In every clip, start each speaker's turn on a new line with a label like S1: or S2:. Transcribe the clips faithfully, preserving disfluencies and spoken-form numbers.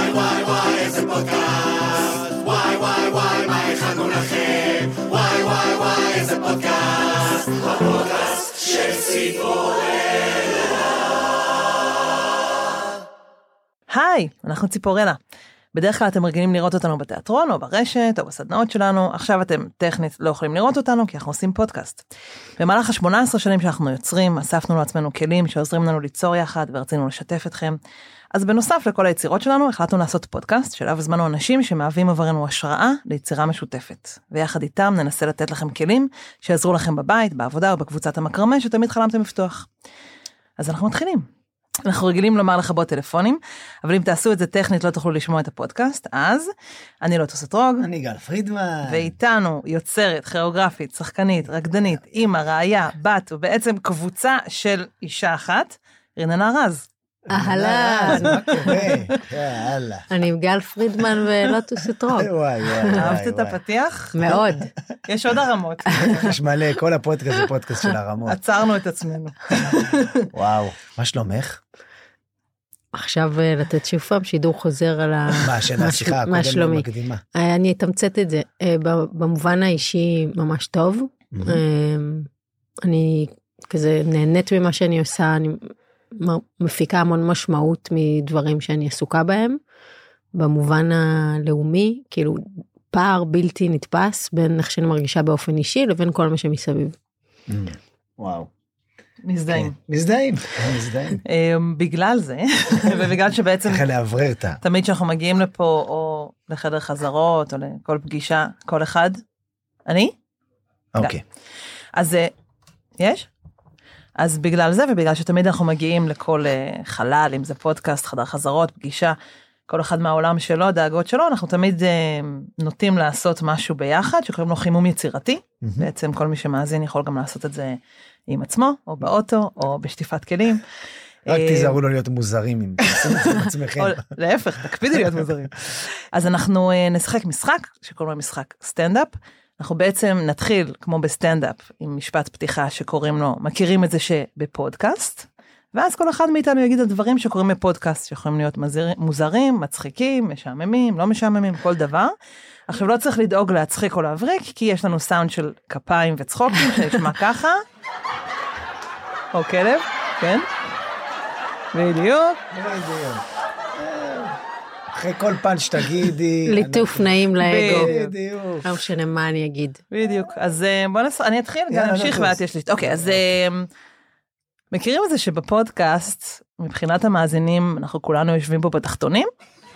S1: וואי וואי וואי איזה פודקאסט, וואי וואי וואי מה הכנו לכם, וואי וואי וואי איזה פודקאסט, הפודקאסט של ציפורלה.
S2: היי, אנחנו ציפורלה. בדרך כלל אתם רגילים לראות אותנו בתיאטרון או ברשת או בסדנאות שלנו, עכשיו אתם טכנית לא יכולים לראות אותנו כי אנחנו עושים פודקאסט. במהלך ה-שמונה עשרה שנים שאנחנו יוצרים, אספנו לעצמנו כלים שעוזרים לנו ליצור יחד ורצינו לשתף אתכם. אז בנוסף לכל היצירות שלנו, החלטנו לעשות פודקאסט שאליו הזמנו אנשים שמהווים עברנו השראה ליצירה משותפת. ויחד איתם ננסה לתת לכם כלים שיעזרו לכם בבית, בעבודה או בקבוצת המקרמה שתמיד חלמתם לפתוח. אז אנחנו מתחילים. אנחנו רגילים לומר לחבות טלפונים, אבל אם תעשו את זה טכנית לא תוכלו לשמוע את הפודקאסט, אז אני לוטוס אתרוג.
S3: אני גל פרידמן.
S2: ואיתנו יוצרת, כיאוגרפית, שחקנית, רקדנית, אימא, ראיה, בת, ובעצם קבוצה של אישה אחת, רננה רז.
S4: אהלן.
S3: מה קורה? יאללה.
S4: אני עם גל פרידמן ולוטוס אתרוג.
S3: וואי וואי.
S2: אהבת את הפתיח?
S4: מאוד.
S2: יש עוד הרמות.
S3: יש מלא, כל הפודקאסט זה פודקאסט של הרמות.
S2: עצרנו את עצמנו.
S3: וואו, מה שלומך?
S4: עכשיו לתת שוב פעם שידור חוזר על ה...
S3: מה, שאלה שיחה הקודם מקדימה.
S4: אני אתמצת את זה. במובן האישי ממש טוב. אני כזה נהנית ממה שאני עושה, אני מפיקה המון משמעות מדברים שאני עסוקה בהם. במובן הלאומי, כאילו פער בלתי נתפס בין איך שאני מרגישה באופן אישי לבין כל מה שמסביב.
S3: וואו.
S2: מזדהים.
S3: מזדהים, מזדהים.
S2: בגלל זה, ובגלל שבעצם...
S3: ככה לעברר את ה...
S2: תמיד שאנחנו מגיעים לפה, או לחדר חזרות, או לכל פגישה, כל אחד. אני?
S3: אוקיי.
S2: אז יש? אז בגלל זה, ובגלל שתמיד אנחנו מגיעים לכל חלל, אם זה פודקאסט, חדר חזרות, פגישה, כל אחד מהעולם שלו, דאגות שלו, אנחנו תמיד נוטים לעשות משהו ביחד, שקוראים לו חימום יצירתי. בעצם כל מי שמאזין יכול גם לעשות את זה עם עצמו, או באוטו, או בשטיפת כלים.
S3: רק תיזהרו לא להיות מוזרים עם עצמכם.
S2: להפך, תקפידי להיות מוזרים. אז אנחנו נשחק משחק, שקוראים לו משחק סטנדאפ. אנחנו בעצם נתחיל, כמו בסטנדאפ, עם משפט פתיחה שקוראים לו, מכירים את זה שבפודקאסט, ואז כל אחד מאיתנו יגיד את דברים שקוראים בפודקאסט, שיכולים להיות מוזרים, מצחיקים, משעממים, לא משעממים, כל דבר. עכשיו לא צריך לדאוג להצחיק או להבריק, כי יש לנו סאונד של כפיים וצחוקים, שישמע ככה. או כלב, כן? בדיוק.
S3: בדיוק. אחרי כל פעם שתגידי.
S4: ליטוף נעים לאגו.
S3: בדיוק.
S4: לא משנה מה אני אגיד.
S2: בדיוק. אז בוא נס... אני אתחיל, גם נמשיך ואת יש לי... אוקיי, אז מכירים את זה שבפודקאסט, מבחינת המאזינים, אנחנו כולנו יושבים פה בתחתונים?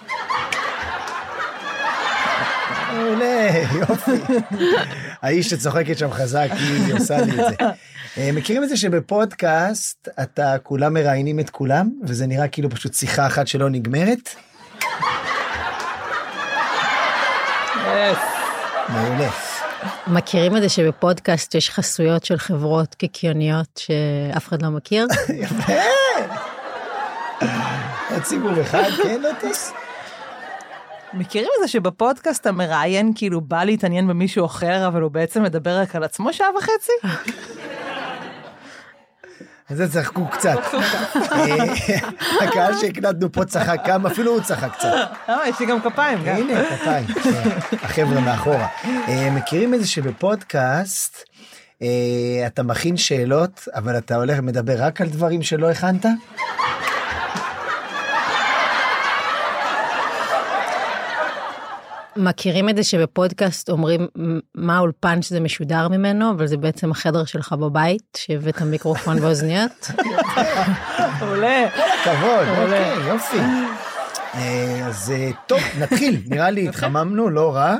S3: עולה, יופי. האיש שצוחקת שם חזק, היא עושה לי את זה. מכירים את זה שבפודקאסט, אתה כולם מראיינים את כולם, וזה נראה כאילו פשוט שיחה אחת שלא נגמרת? מעולה.
S4: מכירים את זה שבפודקאסט יש חסויות של חברות קיקיוניות שאף אחד לא מכיר?
S3: יפה. הציבור אחד, כן, לוטוס?
S2: מכירים את זה שבפודקאסט המראיין כאילו בא להתעניין במישהו אחר, אבל הוא בעצם מדבר רק על עצמו שעה וחצי?
S3: אז זה צחקו קצת. הקהל שהקנדנו פה צחק כמה, אפילו הוא צחק קצת.
S2: אה, יש לי גם כפיים.
S3: הנה, כפיים. החבר'ה מאחורה. מכירים את זה שבפודקאסט, אתה מכין שאלות, אבל אתה הולך מדבר רק על דברים שלא הכנת?
S4: מכירים את זה שבפודקאסט אומרים מה האולפן שזה משודר ממנו, אבל זה בעצם החדר שלך בבית, שהבאת מיקרופון ואוזניות.
S2: עולה.
S3: כבוד, אוקיי, יופי. אז טוב, נתחיל, נראה לי, התחממנו, לא רע.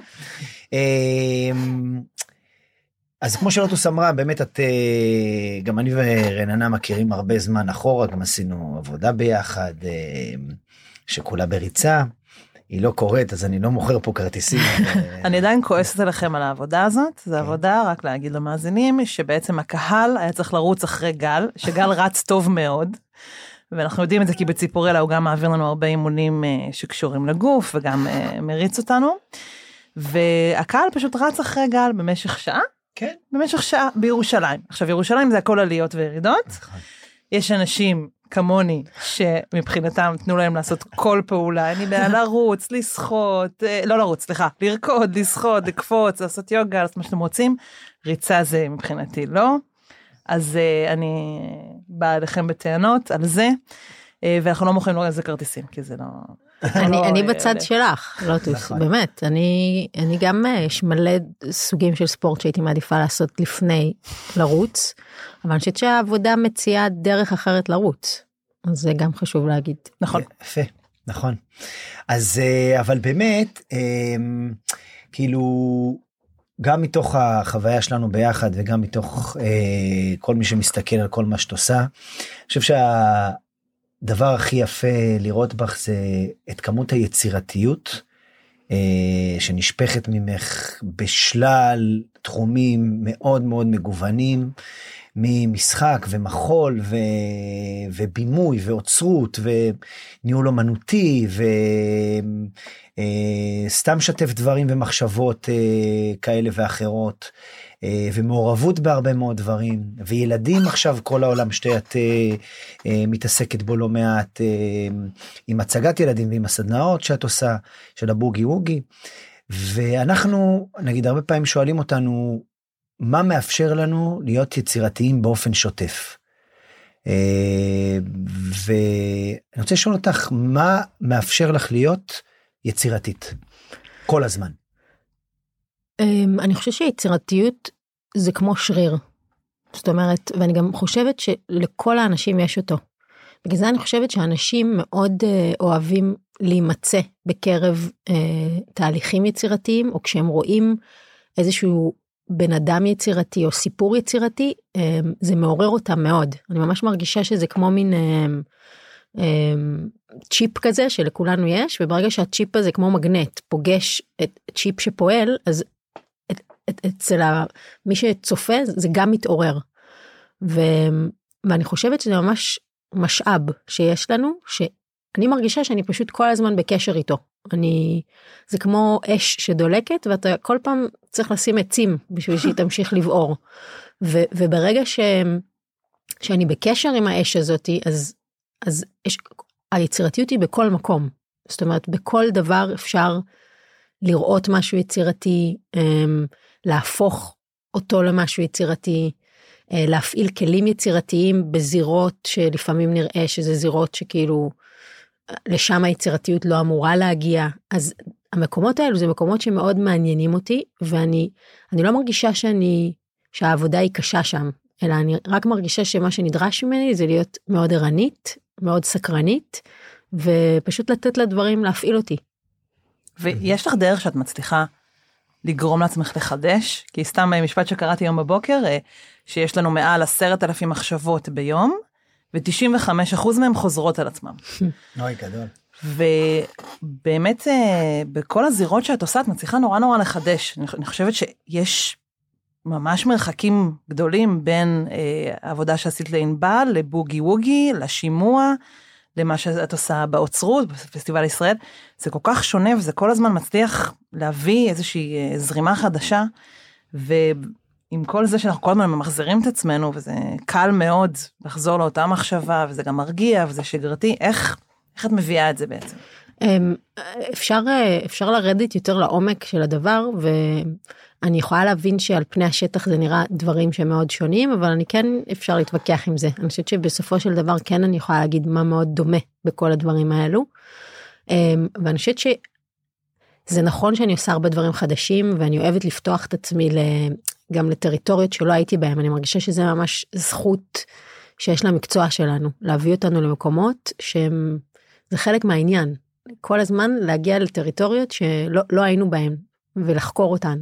S3: אז כמו שלוטוס אמרה, באמת את, גם אני ורננה מכירים הרבה זמן אחורה, גם עשינו עבודה ביחד, שכולה בריצה. היא לא קוראת, אז אני לא מוכר פה כרטיסים.
S2: אני עדיין כועסת עליכם על העבודה הזאת, זו עבודה, רק להגיד למאזינים, שבעצם הקהל היה צריך לרוץ אחרי גל, שגל רץ טוב מאוד, ואנחנו יודעים את זה כי בציפורלה הוא גם מעביר לנו הרבה אימונים שקשורים לגוף, וגם מריץ אותנו, והקהל פשוט רץ אחרי גל במשך שעה,
S3: כן.
S2: במשך שעה בירושלים. עכשיו, ירושלים זה הכל עליות וירידות, יש אנשים כמוני, שמבחינתם תנו להם לעשות כל פעולה, אני בעיה לרוץ, לשחות, לא לרוץ, סליחה, לרקוד, לשחות, לקפוץ, לעשות יוגה, לעשות מה שאתם רוצים, ריצה זה מבחינתי לא, אז אני באה לכם בטענות על זה, ואנחנו לא מוכנים לו על זה כרטיסים, כי זה לא...
S4: אני בצד שלך, לוטוס, באמת, אני גם, יש מלא סוגים של ספורט שהייתי מעדיפה לעשות לפני לרוץ, אבל אני חושבת שהעבודה מציעה דרך אחרת לרוץ, אז זה גם חשוב להגיד.
S2: נכון.
S3: יפה, נכון. אז, אבל באמת, כאילו, גם מתוך החוויה שלנו ביחד, וגם מתוך כל מי שמסתכל על כל מה שאת עושה, אני חושב שה... דבר הכי יפה לראות בך זה את כמות היצירתיות אה, שנשפכת ממך בשלל תחומים מאוד מאוד מגוונים, ממשחק ומחול ו, ובימוי ואוצרות וניהול אומנותי וסתם אה, שתף דברים ומחשבות אה, כאלה ואחרות. ומעורבות בהרבה מאוד דברים, וילדים עכשיו כל העולם שאת מתעסקת בו לא מעט, עם הצגת ילדים ועם הסדנאות שאת עושה, של הבוגי ווגי, ואנחנו נגיד הרבה פעמים שואלים אותנו, מה מאפשר לנו להיות יצירתיים באופן שוטף? ואני רוצה לשאול אותך, מה מאפשר לך להיות יצירתית כל הזמן?
S4: אני חושבת שיצירתיות זה כמו שריר. זאת אומרת, ואני גם חושבת שלכל האנשים יש אותו. בגלל זה אני חושבת שאנשים מאוד אוהבים להימצא בקרב תהליכים יצירתיים, או כשהם רואים איזשהו בן אדם יצירתי או סיפור יצירתי, זה מעורר אותם מאוד. אני ממש מרגישה שזה כמו מין צ'יפ כזה שלכולנו יש, וברגע שהצ'יפ הזה כמו מגנט פוגש את צ'יפ שפועל, אז אצל מי שצופה זה גם מתעורר, ו, ואני חושבת שזה ממש משאב שיש לנו, שאני מרגישה שאני פשוט כל הזמן בקשר איתו, אני, זה כמו אש שדולקת, ואתה כל פעם צריך לשים עצים בשביל שהיא תמשיך לבעור, ו, וברגע ש, שאני בקשר עם האש הזאת, אז, אז יש, היצירתיות היא בכל מקום, זאת אומרת בכל דבר אפשר לראות משהו יצירתי, להפוך אותו למשהו יצירתי, להפעיל כלים יצירתיים בזירות שלפעמים נראה שזה זירות שכאילו לשם היצירתיות לא אמורה להגיע. אז המקומות האלו זה מקומות שמאוד מעניינים אותי, ואני אני לא מרגישה שאני, שהעבודה היא קשה שם, אלא אני רק מרגישה שמה שנדרש ממני זה להיות מאוד ערנית, מאוד סקרנית, ופשוט לתת לדברים להפעיל אותי.
S2: ויש לך דרך שאת מצליחה לגרום לעצמך לחדש? כי סתם משפט שקראתי יום בבוקר, שיש לנו מעל עשרת אלפים מחשבות ביום, ו-תשעים וחמישה אחוז מהם חוזרות על עצמם.
S3: אוי, גדול.
S2: ובאמת, בכל הזירות שאת עושה, את מצליחה נורא נורא לחדש. אני חושבת שיש ממש מרחקים גדולים בין העבודה שעשית לענבל, לבוגי ווגי, לשימוע, למה שאת עושה באוצרות, בפסטיבל ישראל, זה כל כך שונה, וזה כל הזמן מצליח להביא איזושהי זרימה חדשה, ועם כל זה שאנחנו כל הזמן ממחזרים את עצמנו, וזה קל מאוד לחזור לאותה מחשבה, וזה גם מרגיע, וזה שגרתי, איך, איך את מביאה את זה בעצם?
S4: אפשר, אפשר לרדת יותר לעומק של הדבר, ואני יכולה להבין שעל פני השטח זה נראה דברים שמאוד שונים, אבל אני כן אפשר להתווכח עם זה. אני חושבת שבסופו של דבר כן אני יכולה להגיד מה מאוד דומה בכל הדברים האלו, ואני חושבת שזה נכון שאני עושה הרבה דברים חדשים, ואני אוהבת לפתוח את עצמי גם לטריטוריות שלא הייתי בהם. אני מרגישה שזה ממש זכות שיש למקצוע שלנו, להביא אותנו למקומות שהם, זה חלק מהעניין. כל הזמן להגיע לטריטוריות שלא לא היינו בהם, ולחקור אותן.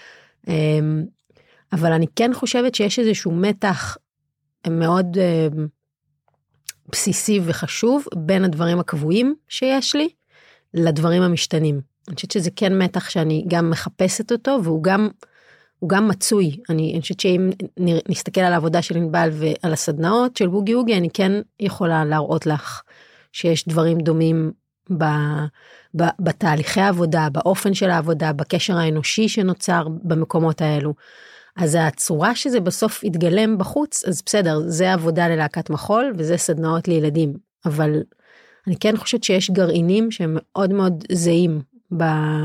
S4: אבל אני כן חושבת שיש איזשהו מתח מאוד בסיסי וחשוב, בין הדברים הקבועים שיש לי, לדברים המשתנים. אני חושבת שזה כן מתח שאני גם מחפשת אותו, והוא גם, הוא גם מצוי. אני, אני חושבת שאם נסתכל על העבודה של ענבל, ועל הסדנאות של בוגי ווגי, אני כן יכולה להראות לך, שיש דברים דומים, ב, ב, בתהליכי העבודה, באופן של העבודה, בקשר האנושי שנוצר במקומות האלו. אז הצורה שזה בסוף יתגלם בחוץ, אז בסדר, זה עבודה ללהקת מחול, וזה סדנאות לילדים, אבל אני כן חושבת שיש גרעינים שהם מאוד מאוד זהים, ב...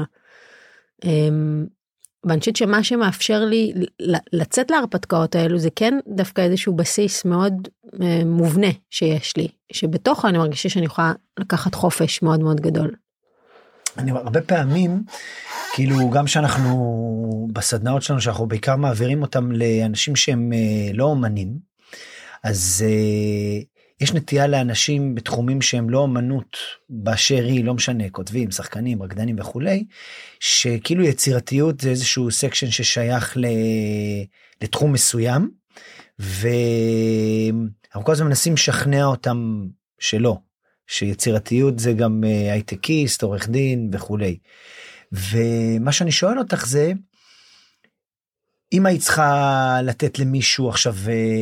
S4: ואני חושבת שמה שמאפשר לי לצאת להרפתקאות האלו, זה כן דווקא איזשהו בסיס מאוד מובנה שיש לי, שבתוכו אני מרגישה שאני יכולה לקחת חופש מאוד מאוד גדול.
S3: אני הרבה פעמים, כאילו גם שאנחנו בסדנאות שלנו, שאנחנו בעיקר מעבירים אותם לאנשים שהם לא אומנים, אז יש נטייה לאנשים בתחומים שהם לא אומנות באשר היא, לא משנה, כותבים, שחקנים, רקדנים וכולי, שכאילו יצירתיות זה איזשהו סקשן ששייך לתחום מסוים, ואנחנו כל הזמן מנסים לשכנע אותם שלא, שיצירתיות זה גם הייטקיסט, עורך דין וכולי. ומה שאני שואל אותך זה, אם היית צריכה לתת למישהו עכשיו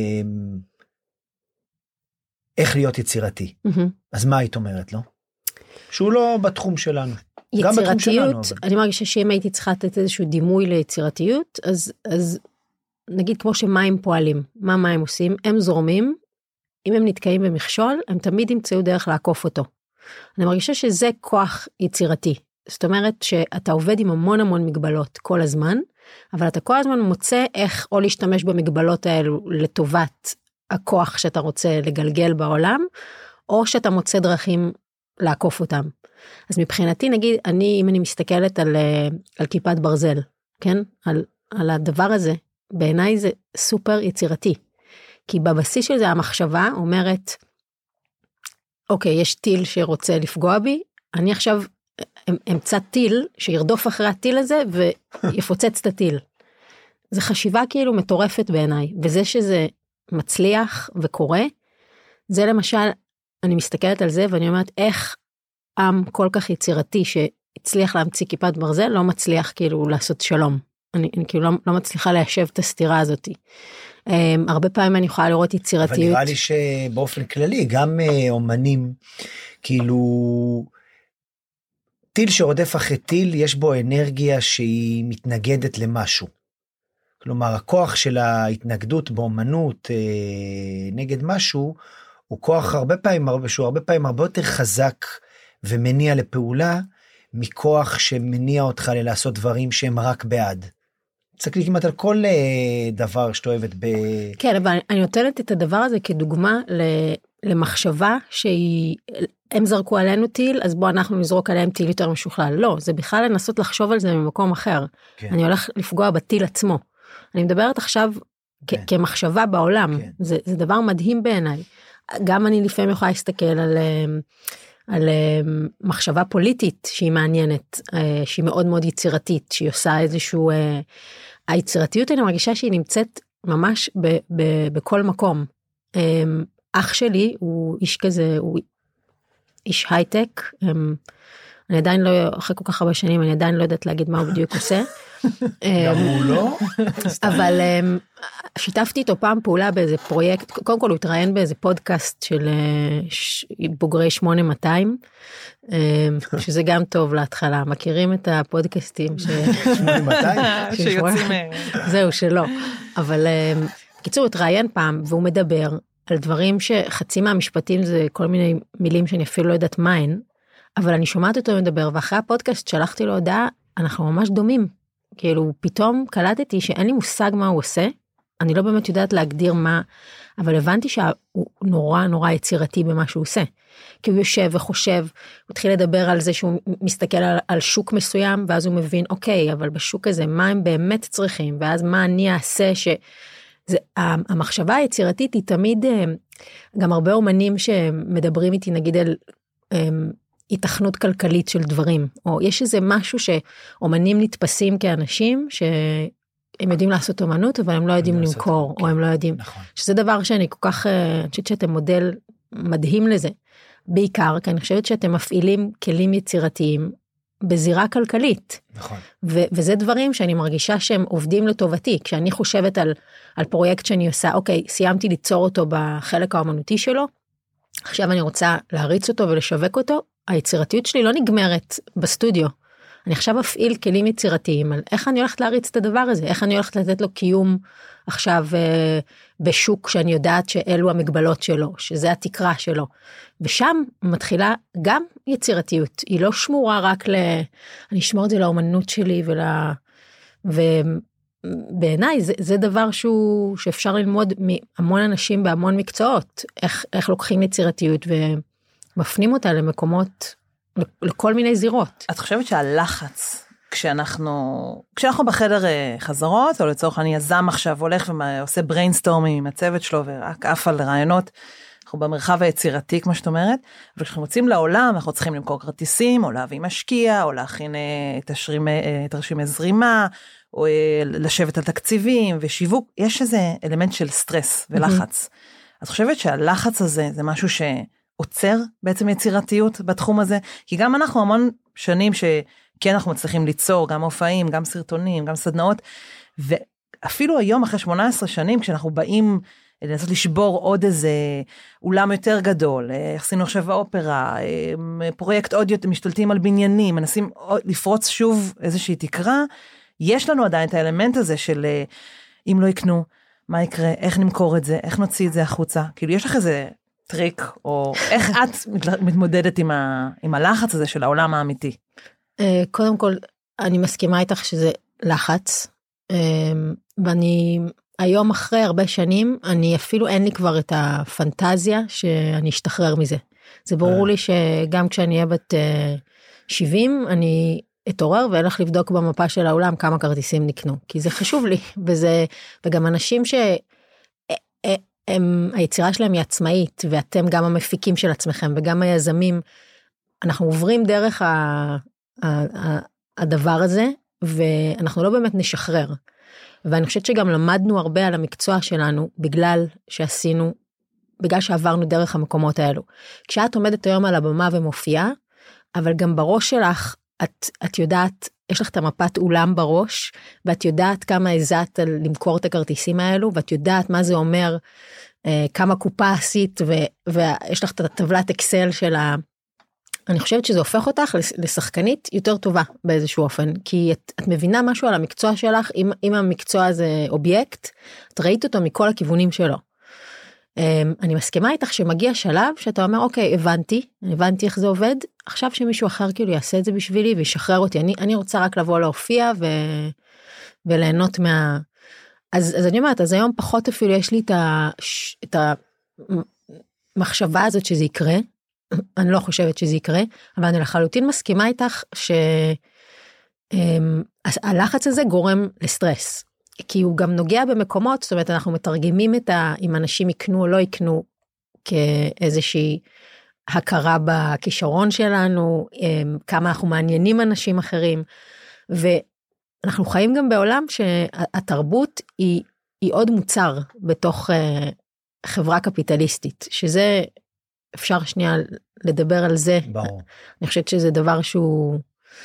S3: איך להיות יצירתי, mm-hmm. אז מה היית אומרת לו? שהוא לא בתחום שלנו.
S4: יצירתיות, אני מרגישה שאם הייתי צריכה לתת איזשהו דימוי ליצירתיות, אז, אז נגיד כמו שמים פועלים, מה מים עושים? הם זורמים, אם הם נתקעים במכשול, הם תמיד ימצאו דרך לעקוף אותו. אני מרגישה שזה כוח יצירתי. זאת אומרת שאתה עובד עם המון המון מגבלות כל הזמן, אבל אתה כל הזמן מוצא איך או להשתמש במגבלות האלו לטובת הכוח שאתה רוצה לגלגל בעולם, או שאתה מוצא דרכים לעקוף אותם. אז מבחינתי נגיד, אני, אם אני מסתכלת על, על כיפת ברזל, כן? על, על הדבר הזה, בעיניי זה סופר יצירתי. כי בבסיס של זה המחשבה אומרת, אוקיי, יש טיל שרוצה לפגוע בי, אני עכשיו אמצא טיל שירדוף אחרי הטיל הזה ויפוצץ את הטיל. זה חשיבה כאילו מטורפת בעיניי, וזה שזה מצליח וקורה, זה למשל, אני מסתכלת על זה ואני אומרת, איך עם כל כך יצירתי שהצליח להמציא כיפת ברזל, לא מצליח כאילו לעשות שלום. אני, אני כאילו לא, לא מצליחה ליישב את הסתירה הזאת. Um, הרבה פעמים אני יכולה לראות יצירתיות.
S3: אבל נראה לי שבאופן כללי, גם uh, אומנים, כאילו, טיל שרודף אחרי טיל, יש בו אנרגיה שהיא מתנגדת למשהו. כלומר, הכוח של ההתנגדות באומנות uh, נגד משהו, הוא כוח הרבה פעמים, הרבה, שהוא הרבה פעמים הרבה יותר חזק ומניע לפעולה, מכוח שמניע אותך ללעשות דברים שהם רק בעד. תסתכלי כמעט על כל דבר שאת אוהבת ב...
S4: כן, אבל אני נותנת את הדבר הזה כדוגמה למחשבה שהיא, הם זרקו עלינו טיל, אז בוא אנחנו נזרוק עליהם טיל יותר משוכלל. לא, זה בכלל לנסות לחשוב על זה ממקום אחר. כן. אני הולך לפגוע בטיל עצמו. אני מדברת עכשיו כן. כ- כמחשבה בעולם. כן. זה, זה דבר מדהים בעיניי. גם אני לפעמים יכולה להסתכל על... על מחשבה פוליטית שהיא מעניינת, שהיא מאוד מאוד יצירתית, שהיא עושה איזשהו, היצירתיות אני מרגישה שהיא נמצאת ממש ב, ב, בכל מקום. אח שלי הוא איש כזה, הוא איש הייטק, אני עדיין לא, אחרי כל כך הרבה שנים, אני עדיין לא יודעת להגיד מה הוא בדיוק עושה.
S3: גם הוא לא?
S4: אבל שיתפתי איתו פעם פעולה באיזה פרויקט, קודם כל הוא התראיין באיזה פודקאסט של בוגרי שמונה מאתיים, שזה גם טוב להתחלה, מכירים את הפודקאסטים
S3: שמונה מאתיים?
S2: שיוצאים...
S4: זהו, שלא. אבל בקיצור, הוא התראיין פעם, והוא מדבר על דברים שחצי מהמשפטים זה כל מיני מילים שאני אפילו לא יודעת מהן, אבל אני שומעת אותו מדבר, ואחרי הפודקאסט שלחתי לו הודעה, אנחנו ממש דומים. כאילו, פתאום קלטתי שאין לי מושג מה הוא עושה, אני לא באמת יודעת להגדיר מה, אבל הבנתי שהוא נורא נורא יצירתי במה שהוא עושה. כי הוא יושב וחושב, הוא התחיל לדבר על זה שהוא מסתכל על, על שוק מסוים, ואז הוא מבין, אוקיי, אבל בשוק הזה, מה הם באמת צריכים, ואז מה אני אעשה ש... זה, המחשבה היצירתית היא תמיד, גם הרבה אומנים שמדברים איתי, נגיד על... התכנות כלכלית של דברים, או יש איזה משהו שאומנים נתפסים כאנשים שהם יודעים לעשות אומנות, אבל הם לא יודעים למכור, או הם לא יודעים, שזה דבר שאני כל כך, אני חושבת שאתם מודל מדהים לזה, בעיקר, כי אני חושבת שאתם מפעילים כלים יצירתיים בזירה כלכלית, וזה דברים שאני מרגישה שהם עובדים לטובתי, כשאני חושבת על, על פרויקט שאני עושה, אוקיי, סיימתי ליצור אותו בחלק האומנותי שלו, עכשיו אני רוצה להריץ אותו ולשווק אותו, היצירתיות שלי לא נגמרת בסטודיו. אני עכשיו אפעיל כלים יצירתיים על איך אני הולכת להריץ את הדבר הזה, איך אני הולכת לתת לו קיום עכשיו אה, בשוק שאני יודעת שאלו המגבלות שלו, שזה התקרה שלו. ושם מתחילה גם יצירתיות, היא לא שמורה רק ל... אני אשמור את זה לאומנות שלי ול... ובעיניי זה, זה דבר שהוא, שאפשר ללמוד מהמון אנשים בהמון מקצועות, איך, איך לוקחים יצירתיות ומפנים אותה למקומות, לכל מיני זירות.
S2: את חושבת שהלחץ, כשאנחנו, כשאנחנו בחדר חזרות, או לצורך אני יזם עכשיו הולך ועושה בריינסטורמing עם הצוות שלו ורק עף על רעיונות, אנחנו במרחב היצירתי, כמו שאת אומרת, וכשאנחנו רוצים לעולם, אנחנו צריכים למכור כרטיסים, או להביא משקיע, או להכין תרשימי זרימה, או לשבת על תקציבים ושיווק, יש איזה אלמנט של סטרס ולחץ. את חושבת שהלחץ הזה זה משהו שעוצר בעצם יצירתיות בתחום הזה? כי גם אנחנו המון שנים שכן אנחנו מצליחים ליצור, גם מופעים, גם סרטונים, גם סדנאות, ואפילו היום אחרי שמונה עשרה שנים, כשאנחנו באים לנסות לשבור עוד איזה אולם יותר גדול, עשינו עכשיו באופרה, פרויקט עוד יותר, משתלטים על בניינים, מנסים לפרוץ שוב איזושהי תקרה, יש לנו עדיין את האלמנט הזה של אם לא יקנו, מה יקרה, איך נמכור את זה, איך נוציא את זה החוצה, כאילו יש לך איזה טריק, או איך את מתמודדת עם, ה, עם הלחץ הזה של העולם האמיתי?
S4: קודם כל, אני מסכימה איתך שזה לחץ, ואני היום אחרי הרבה שנים, אני אפילו אין לי כבר את הפנטזיה שאני אשתחרר מזה. זה ברור לי שגם כשאני אהיה בת שבעים, אני אתעורר ואלך לבדוק במפה של העולם כמה כרטיסים נקנו, כי זה חשוב לי, וזה, וגם אנשים ש... הם, היצירה שלהם היא עצמאית, ואתם גם המפיקים של עצמכם, וגם היזמים, אנחנו עוברים דרך ה, ה, ה, הדבר הזה, ואנחנו לא באמת נשחרר. ואני חושבת שגם למדנו הרבה על המקצוע שלנו, בגלל שעשינו, בגלל שעברנו דרך המקומות האלו. כשאת עומדת היום על הבמה ומופיעה, אבל גם בראש שלך, את, את יודעת, יש לך את המפת אולם בראש, ואת יודעת כמה הזעת למכור את הכרטיסים האלו, ואת יודעת מה זה אומר, אה, כמה קופה עשית, ו, ויש לך את הטבלת אקסל של ה... אני חושבת שזה הופך אותך לשחקנית יותר טובה באיזשהו אופן, כי את, את מבינה משהו על המקצוע שלך, אם, אם המקצוע הזה אובייקט, את ראית אותו מכל הכיוונים שלו. אני מסכימה איתך שמגיע שלב שאתה אומר, אוקיי, הבנתי, הבנתי איך זה עובד, עכשיו שמישהו אחר כאילו יעשה את זה בשבילי וישחרר אותי, אני, אני רוצה רק לבוא להופיע ו, וליהנות מה... אז, אז אני אומרת, אז היום פחות אפילו יש לי את, ה, את המחשבה הזאת שזה יקרה, אני לא חושבת שזה יקרה, אבל אני לחלוטין מסכימה איתך שהלחץ הזה גורם לסטרס. כי הוא גם נוגע במקומות, זאת אומרת, אנחנו מתרגמים את ה... אם אנשים יקנו או לא יקנו, כאיזושהי הכרה בכישרון שלנו, כמה אנחנו מעניינים אנשים אחרים, ואנחנו חיים גם בעולם שהתרבות היא, היא עוד מוצר בתוך חברה קפיטליסטית, שזה, אפשר שנייה לדבר על זה.
S3: ברור.
S4: אני חושבת שזה דבר שהוא,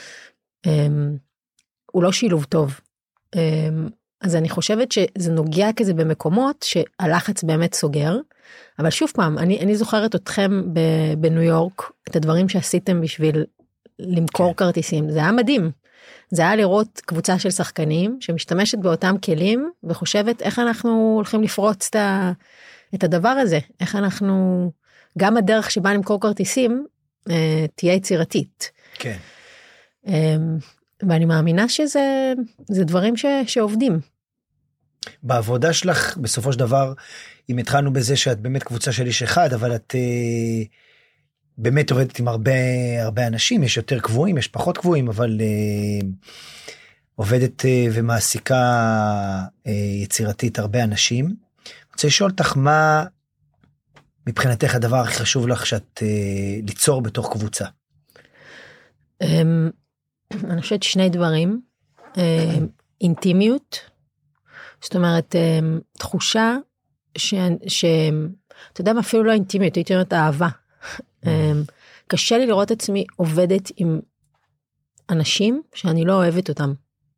S4: הוא לא שילוב טוב. אז אני חושבת שזה נוגע כזה במקומות שהלחץ באמת סוגר, אבל שוב פעם, אני, אני זוכרת אתכם בניו יורק, את הדברים שעשיתם בשביל למכור כן. כרטיסים, זה היה מדהים, זה היה לראות קבוצה של שחקנים, שמשתמשת באותם כלים, וחושבת איך אנחנו הולכים לפרוץ את, ה, את הדבר הזה, איך אנחנו, גם הדרך שבה למכור כרטיסים, אה, תהיה יצירתית.
S3: כן.
S4: אה, ואני מאמינה שזה זה דברים ש, שעובדים.
S3: בעבודה שלך, בסופו של דבר, אם התחלנו בזה שאת באמת קבוצה של איש אחד, אבל את uh, באמת עובדת עם הרבה, הרבה אנשים, יש יותר קבועים, יש פחות קבועים, אבל uh, עובדת uh, ומעסיקה uh, יצירתית הרבה אנשים. אני רוצה לשאול אותך מה, מבחינתך הדבר הכי חשוב לך, שאת uh, ליצור בתוך קבוצה?
S4: Um, אני חושבת שני דברים, uh, אינטימיות, זאת אומרת, תחושה ש... ש... אתה יודע מה, אפילו לא אינטימיות, הייתי אומרת אהבה. קשה לי לראות עצמי עובדת עם אנשים שאני לא אוהבת אותם.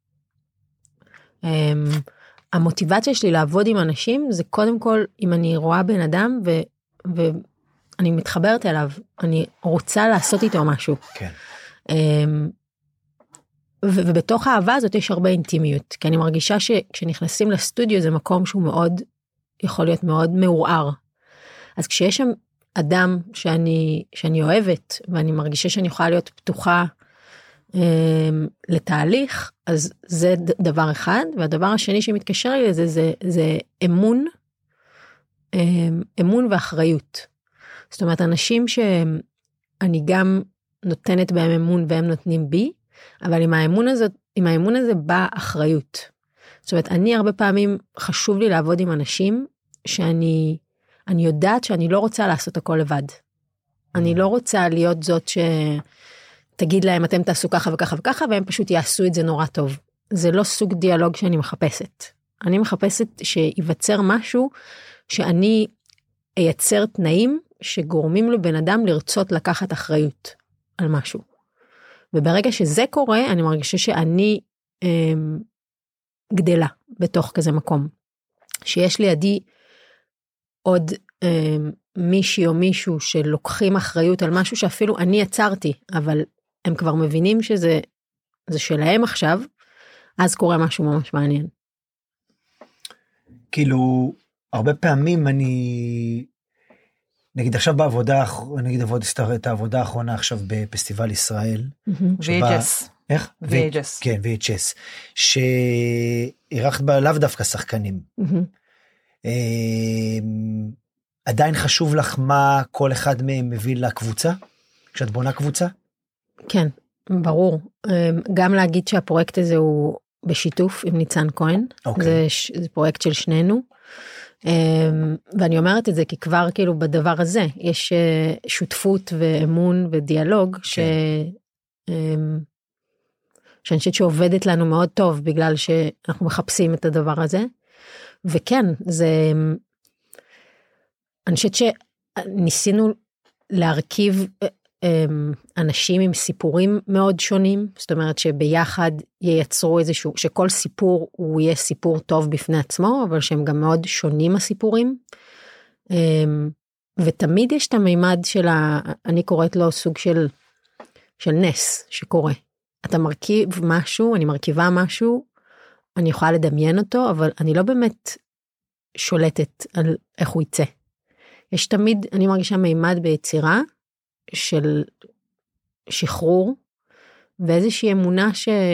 S4: המוטיבציה שלי לעבוד עם אנשים, זה קודם כל, אם אני רואה בן אדם, ו... ואני מתחברת אליו, אני רוצה לעשות איתו משהו.
S3: כן.
S4: ובתוך האהבה הזאת יש הרבה אינטימיות, כי אני מרגישה שכשנכנסים לסטודיו זה מקום שהוא מאוד, יכול להיות מאוד מעורער. אז כשיש שם אדם שאני, שאני אוהבת, ואני מרגישה שאני יכולה להיות פתוחה אה, לתהליך, אז זה דבר אחד, והדבר השני שמתקשר לי לזה, זה, זה אמון, אה, אמון ואחריות. זאת אומרת, אנשים שאני גם נותנת בהם אמון והם נותנים בי, אבל עם האמון הזה, עם האמון הזה באה אחריות. זאת אומרת, אני הרבה פעמים חשוב לי לעבוד עם אנשים שאני, אני יודעת שאני לא רוצה לעשות הכל לבד. אני לא רוצה להיות זאת שתגיד להם אתם תעשו ככה וככה וככה, והם פשוט יעשו את זה נורא טוב. זה לא סוג דיאלוג שאני מחפשת. אני מחפשת שיווצר משהו שאני אייצר תנאים שגורמים לבן אדם לרצות לקחת אחריות על משהו. וברגע שזה קורה, אני מרגישה שאני אה, גדלה בתוך כזה מקום. שיש לידי עוד אה, מישהי או מישהו שלוקחים אחריות על משהו שאפילו אני יצרתי, אבל הם כבר מבינים שזה זה שלהם עכשיו, אז קורה משהו ממש מעניין.
S3: כאילו, הרבה פעמים אני, נגיד עכשיו בעבודה, נגיד עבוד את העבודה האחרונה עכשיו בפסטיבל ישראל.
S2: וי אייץ' אס.
S3: איך?
S2: וי אייץ' אס.
S3: כן, וי אייץ' אס. שעירכת בה לאו דווקא שחקנים. עדיין חשוב לך מה כל אחד מהם מביא לקבוצה? כשאת בונה קבוצה?
S4: כן, ברור. גם להגיד שהפרויקט הזה הוא בשיתוף עם ניצן כהן. זה, זה פרויקט של שנינו. ואני אומרת את זה כי כבר כאילו בדבר הזה יש שותפות ואמון ודיאלוג ש... שאני חושבת שעובדת לנו מאוד טוב בגלל שאנחנו מחפשים את הדבר הזה. וכן, זה, אני חושבת שניסינו להרכיב אנשים עם סיפורים מאוד שונים, זאת אומרת שביחד ייצרו איזשהו, שכל סיפור הוא יהיה סיפור טוב בפני עצמו, אבל שהם גם מאוד שונים הסיפורים, ותמיד יש את המימד של, ה, אני קוראת לו סוג של, של נס שקורה. אתה מרכיב משהו, אני מרכיבה משהו, אני יכולה לדמיין אותו, אבל אני לא באמת שולטת על איך הוא יצא. יש תמיד, אני מרגישה מימד ביצירה, של שחרור, ואיזושהי אמונה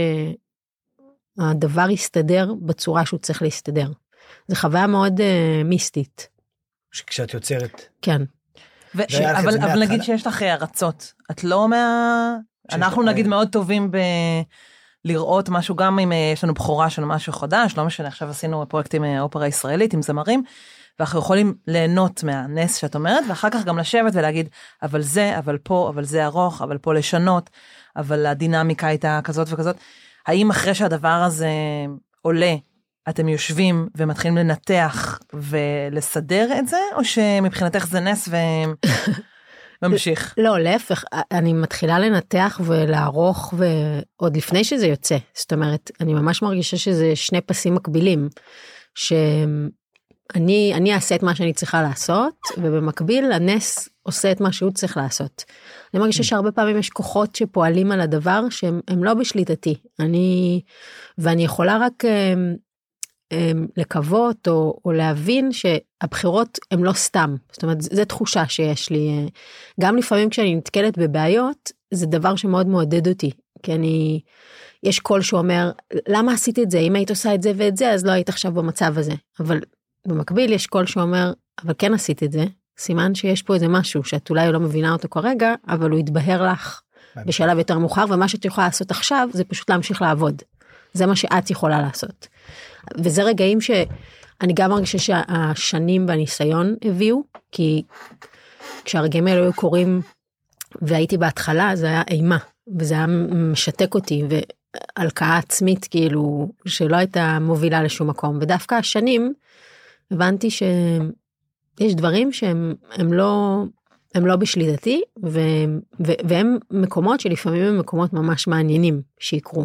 S4: שהדבר יסתדר בצורה שהוא צריך להסתדר. זו חוויה מאוד uh, מיסטית.
S3: כשאת יוצרת.
S4: כן.
S2: ו- ש- אבל, אבל נגיד שיש לך ארצות, את לא מה... אנחנו נגיד מאוד טובים ב... לראות משהו, גם אם יש לנו בחורה של משהו חדש, לא משנה, עכשיו עשינו פרויקט עם אופרה ישראלית, עם זמרים, ואנחנו יכולים ליהנות מהנס שאת אומרת, ואחר כך גם לשבת ולהגיד, אבל זה, אבל פה, אבל זה ארוך, אבל פה לשנות, אבל הדינמיקה הייתה כזאת וכזאת. האם אחרי שהדבר הזה עולה, אתם יושבים ומתחילים לנתח ולסדר את זה, או שמבחינתך זה נס וממשיך?
S4: לא, להפך, אני מתחילה לנתח ולערוך, ועוד לפני שזה יוצא. זאת אומרת, אני ממש מרגישה שזה שני פסים מקבילים, ש... אני, אני אעשה את מה שאני צריכה לעשות, ובמקביל הנס עושה את מה שהוא צריך לעשות. אני מרגישה שהרבה פעמים יש כוחות שפועלים על הדבר שהם הם לא בשליטתי. אני, ואני יכולה רק הם, הם, לקוות או, או להבין שהבחירות הם לא סתם. זאת אומרת, זו תחושה שיש לי. גם לפעמים כשאני נתקלת בבעיות, זה דבר שמאוד מעודד אותי. כי אני, יש קול שאומר, למה עשית את זה? אם היית עושה את זה ואת זה, אז לא היית עכשיו במצב הזה. אבל במקביל יש קול שאומר, אבל כן עשית את זה, סימן שיש פה איזה משהו שאת אולי לא מבינה אותו כרגע, אבל הוא יתבהר לך בשלב יותר מאוחר, ומה שאת יכולה לעשות עכשיו זה פשוט להמשיך לעבוד. זה מה שאת יכולה לעשות. וזה רגעים שאני גם מרגישה שהשנים והניסיון הביאו, כי כשהרגעים האלה היו קורים והייתי בהתחלה, זה היה אימה, וזה היה משתק אותי, והלקאה עצמית כאילו שלא הייתה מובילה לשום מקום, ודווקא השנים הבנתי שיש דברים שהם הם לא, הם לא בשליטתי, ו, ו, והם מקומות שלפעמים הם מקומות ממש מעניינים שיקרו.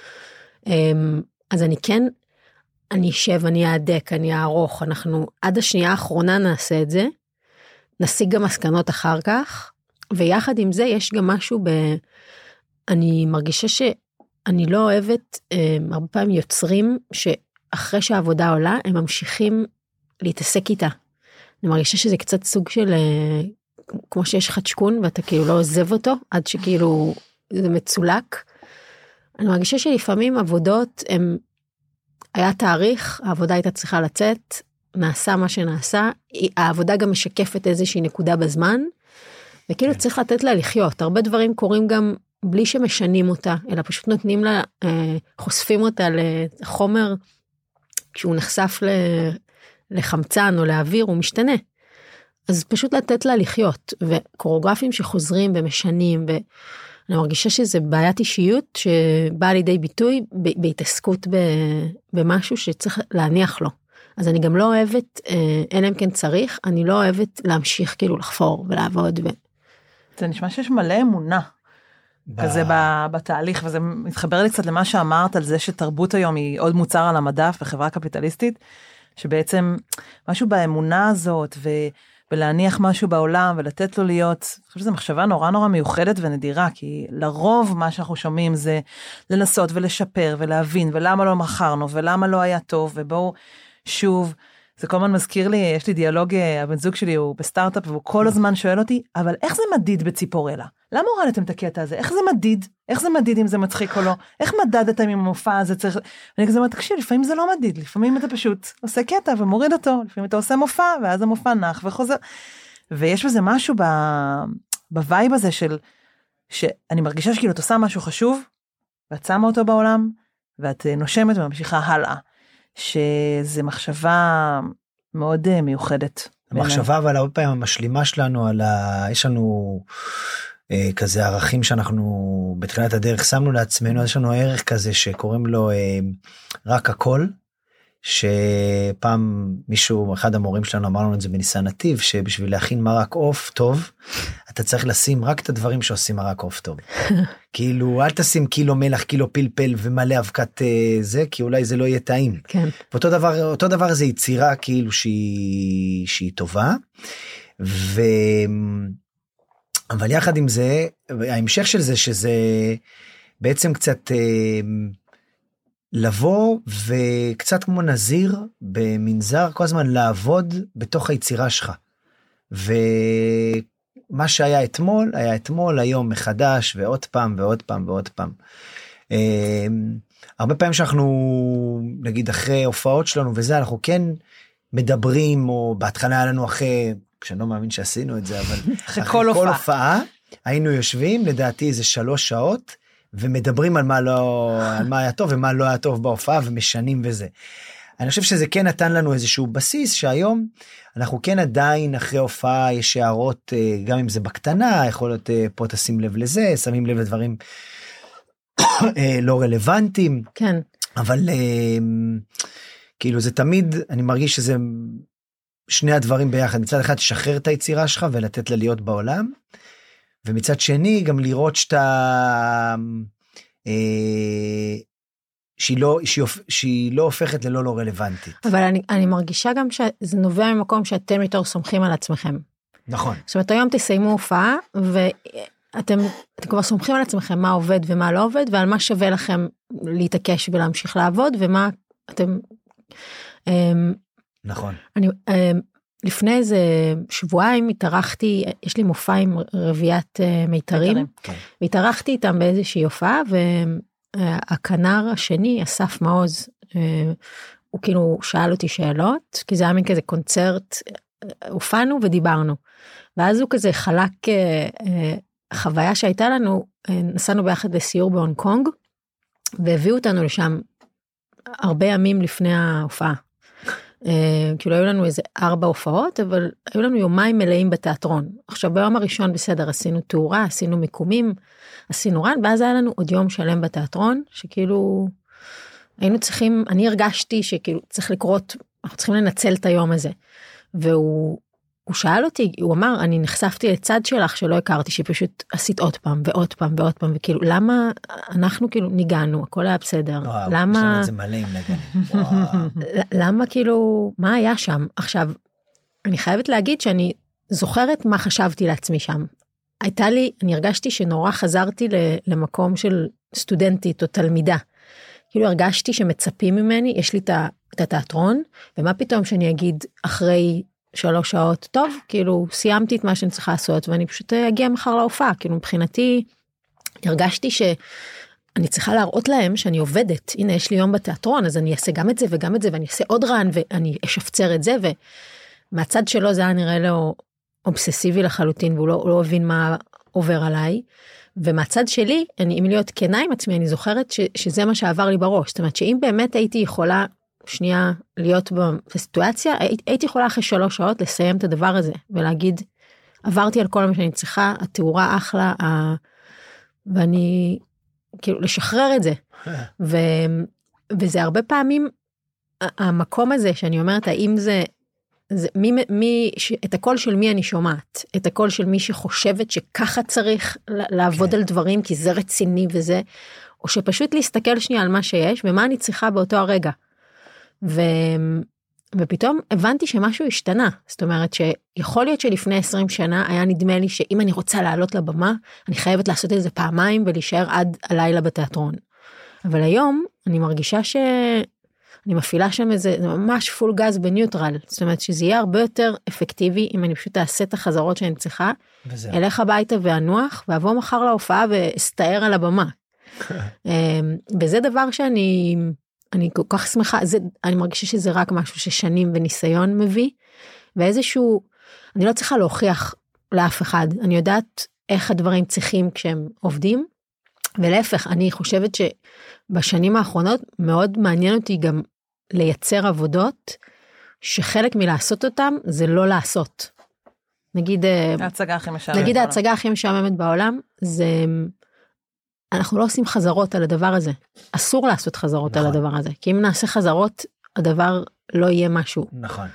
S4: אז אני כן, אני אשב, אני אעדק, אני אערוך, אנחנו עד השנייה האחרונה נעשה את זה, נשיג גם מסקנות אחר כך, ויחד עם זה יש גם משהו ב... אני מרגישה אני לא אוהבת, הרבה פעמים יוצרים שאחרי שהעבודה עולה, הם ממשיכים להתעסק איתה. אני מרגישה שזה קצת סוג של, כמו שיש חדשקון, ואתה כאילו לא עוזב אותו, עד שכאילו זה מצולק. אני מרגישה שלפעמים עבודות, הם, היה תאריך, העבודה הייתה צריכה לצאת, נעשה מה שנעשה, העבודה גם משקפת איזושהי נקודה בזמן, וכאילו כן. צריך לתת לה לחיות. הרבה דברים קורים גם בלי שמשנים אותה, אלא פשוט נותנים לה, חושפים אותה לחומר, כשהוא נחשף לחמצן או לאוויר, הוא משתנה. אז פשוט לתת לה לחיות, וקוריאוגרפים שחוזרים ומשנים, ואני מרגישה שזה בעיית אישיות, שבאה לידי ביטוי בהתעסקות במשהו שצריך להניח לו. אז אני גם לא אוהבת, אין אם כן צריך, אני לא אוהבת להמשיך כאילו לחפור ולעבוד. ו...
S2: זה נשמע שיש מלא אמונה. כזה בתהליך, וזה מתחבר לי קצת למה שאמרת על זה שתרבות היום היא עוד מוצר על המדף בחברה קפיטליסטית, שבעצם משהו באמונה הזאת, ו, ולהניח משהו בעולם, ולתת לו להיות, אני חושב שזו מחשבה נורא נורא מיוחדת ונדירה, כי לרוב מה שאנחנו שומעים זה לנסות ולשפר, ולהבין, ולמה לא מכרנו, ולמה לא היה טוב, ובואו שוב, זה כל הזמן מזכיר לי, יש לי דיאלוג, הבן זוג שלי הוא בסטארט-אפ, והוא כל הזמן שואל אותי, אבל איך זה מדיד בציפורלה? למה הורדתם את הקטע הזה? איך זה מדיד? איך זה מדיד אם זה מצחיק או לא? איך מדדתם עם המופע הזה? צריך... ואני כזה אומרת, תקשיב, לפעמים זה לא מדיד, לפעמים אתה פשוט עושה קטע ומוריד אותו, לפעמים אתה עושה מופע, ואז המופע נח וחוזר. ויש בזה משהו ב... בווייב הזה של, שאני מרגישה שכאילו את עושה משהו חשוב, ואת שמה אותו בעולם, ואת נושמת וממשיכה הלאה. שזה מחשבה מאוד מיוחדת.
S3: המחשבה, אבל הרבה פעמים המשלימה שלנו על ה... יש לנו אה, כזה ערכים שאנחנו בתחילת הדרך שמנו לעצמנו, יש לנו ערך כזה שקוראים לו אה, רק הכל, שפעם מישהו, אחד המורים שלנו אמר לנו את זה בניסן נתיב, שבשביל להכין מרק עוף טוב, אתה צריך לשים רק את הדברים שעושים מרק עוף טוב. כאילו, אל תשים קילו מלח, קילו פלפל ומלא אבקת זה, כי אולי זה לא יהיה טעים.
S4: כן.
S3: ואותו דבר, אותו דבר זה יצירה כאילו שהיא, שהיא טובה, ו... אבל יחד עם זה, ההמשך של זה, שזה בעצם קצת... לבוא וקצת כמו נזיר במנזר, כל הזמן לעבוד בתוך היצירה שלך. ומה שהיה אתמול, היה אתמול, היום מחדש, ועוד פעם, ועוד פעם, ועוד פעם. הרבה פעמים שאנחנו, נגיד, אחרי הופעות שלנו וזה, אנחנו כן מדברים, או בהתחלה היה לנו אחרי, כשאני לא מאמין שעשינו את זה, אבל
S2: אחרי כל הופעה.
S3: הופעה, היינו יושבים, לדעתי איזה שלוש שעות, ומדברים על מה לא, על מה היה טוב ומה לא היה טוב בהופעה ומשנים וזה. אני חושב שזה כן נתן לנו איזשהו בסיס שהיום אנחנו כן עדיין אחרי הופעה יש הערות, גם אם זה בקטנה, יכול להיות פה תשים לב לזה, שמים לב לדברים לא רלוונטיים.
S4: כן.
S3: אבל כאילו זה תמיד, אני מרגיש שזה שני הדברים ביחד. מצד אחד תשחרר את היצירה שלך ולתת לה להיות בעולם. ומצד שני, גם לראות שאתה, אה, שהיא, לא, שהיא, שהיא לא הופכת ללא לא רלוונטית.
S4: אבל אני, אני מרגישה גם שזה נובע ממקום שאתם יותר סומכים על עצמכם.
S3: נכון.
S4: זאת אומרת, היום תסיימו הופעה, ואתם אתם כבר סומכים על עצמכם מה עובד ומה לא עובד, ועל מה שווה לכם להתעקש ולהמשיך לעבוד, ומה אתם... אה,
S3: נכון.
S4: אני... אה, לפני איזה שבועיים התארחתי, יש לי מופע עם רביית מיתרים, והתארחתי איתם באיזושהי הופעה, והכנר השני, אסף מעוז, הוא כאילו שאל אותי שאלות, כי זה היה מין כזה קונצרט, הופענו ודיברנו, ואז הוא כזה חלק חוויה שהייתה לנו, נסענו ביחד לסיור בהונג קונג, והביאו אותנו לשם הרבה ימים לפני ההופעה. כאילו היו לנו איזה ארבע הופעות, אבל היו לנו יומיים מלאים בתיאטרון. עכשיו ביום הראשון בסדר, עשינו תאורה, עשינו מיקומים, עשינו רן, ואז היה לנו עוד יום שלם בתיאטרון, שכאילו היינו צריכים, אני הרגשתי שכאילו צריך לקרות, אנחנו צריכים לנצל את היום הזה. והוא הוא שאל אותי, הוא אמר, אני נחשפתי לצד שלך שלא הכרתי, שפשוט עשית עוד פעם ועוד פעם ועוד פעם, וכאילו, למה אנחנו כאילו ניגענו, הכל היה בסדר.
S3: וואו,
S4: למה...
S3: יש לנו את זה מלא עם נגענו.
S4: למה כאילו, מה היה שם? עכשיו, אני חייבת להגיד שאני זוכרת מה חשבתי לעצמי שם. הייתה לי, אני הרגשתי שנורא חזרתי למקום של, סטודנטית או תלמידה. כאילו הרגשתי שמצפים ממני, יש לי את התיאטרון, ומה פתאום שאני אגיד אחרי שלוש שעות, טוב, כאילו סיימתי את מה שאני צריכה לעשות, ואני פשוט אגיע מחר להופעה, כאילו מבחינתי, הרגשתי שאני צריכה להראות להם שאני עובדת, הנה יש לי יום בתיאטרון, אז אני אעשה גם את זה וגם את זה, ואני אעשה עוד רען, ואני אשפצר את זה, ומהצד שלו זה היה נראה לו אובססיבי לחלוטין, והוא לא, לא הבין מה עובר עליי, ומהצד שלי, אני, אם להיות כנה עם עצמי, אני זוכרת ש, שזה מה שעבר לי בראש, זאת אומרת שאם באמת הייתי יכולה, שנייה להיות בסיטואציה, הייתי יכולה אחרי שלוש שעות לסיים את הדבר הזה, ולהגיד, עברתי על כל מה שאני צריכה, התאורה אחלה, ה... ואני, כאילו, לשחרר את זה. ו... וזה הרבה פעמים, המקום הזה שאני אומרת, האם זה, זה מי, מי, ש... את הקול של מי אני שומעת, את הקול של מי שחושבת שככה צריך לעבוד כן. על דברים, כי זה רציני וזה, או שפשוט להסתכל שנייה על מה שיש, ומה אני צריכה באותו הרגע. ו... ופתאום הבנתי שמשהו השתנה, זאת אומרת שיכול להיות שלפני עשרים שנה היה נדמה לי שאם אני רוצה לעלות לבמה, אני חייבת לעשות את זה פעמיים ולהישאר עד הלילה בתיאטרון. אבל היום אני מרגישה שאני מפעילה שם איזה ממש פול גז בניוטרל, זאת אומרת שזה יהיה הרבה יותר אפקטיבי אם אני פשוט אעשה את החזרות שאני צריכה, אלך הביתה ואנוח, ואבוא מחר להופעה ואסתער על הבמה. וזה דבר שאני... אני כל כך שמחה, זה, אני מרגישה שזה רק משהו ששנים וניסיון מביא, ואיזשהו, אני לא צריכה להוכיח לאף אחד, אני יודעת איך הדברים צריכים כשהם עובדים, ולהפך, אני חושבת שבשנים האחרונות מאוד מעניין אותי גם לייצר עבודות, שחלק מלעשות אותם זה לא לעשות. נגיד,
S2: ההצגה הכי משעממת
S4: נגיד ההצגה הכי משעממת בעולם, זה... אנחנו לא עושים חזרות על הדבר הזה. אסור לעשות חזרות נכון. על הדבר הזה. כי אם נעשה חזרות, הדבר לא יהיה משהו.
S3: נכון.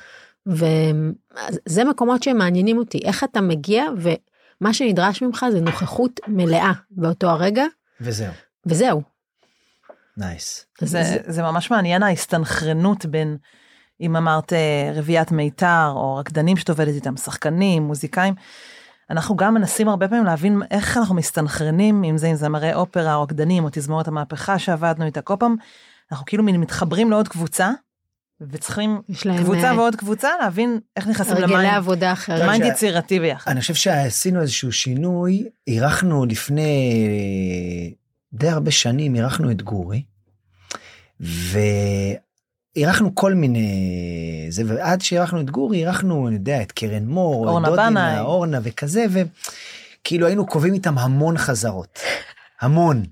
S4: וזה מקומות שמעניינים אותי. איך אתה מגיע, ומה שנדרש ממך זה נוכחות מלאה באותו הרגע.
S3: וזהו.
S4: וזהו.
S3: נייס.
S2: זה, זה... זה ממש מעניין ההסתנכרנות בין, אם אמרת רביית מיתר, או רקדנים שאת עובדת איתם, שחקנים, מוזיקאים, אנחנו גם מנסים הרבה פעמים להבין איך אנחנו מסתנכרנים, אם זה עם זמרי אופרה או רקדנים או תזמורת המהפכה שעבדנו איתה כל פעם, אנחנו כאילו מתחברים לעוד קבוצה, וצריכים קבוצה ועוד קבוצה להבין איך נכנסים למים.
S4: הרגלי עבודה אחרת.
S2: מים יצירתי ביחד.
S3: אני חושב שעשינו איזשהו שינוי, אירחנו לפני די הרבה שנים, אירחנו את גורי, ו... אירחנו כל מיני, זה, ועד שאירחנו את גורי, אירחנו, אני יודע, את קרן מור,
S2: אורנה בנאי,
S3: אורנה וכזה, וכאילו היינו קובעים איתם המון חזרות, המון.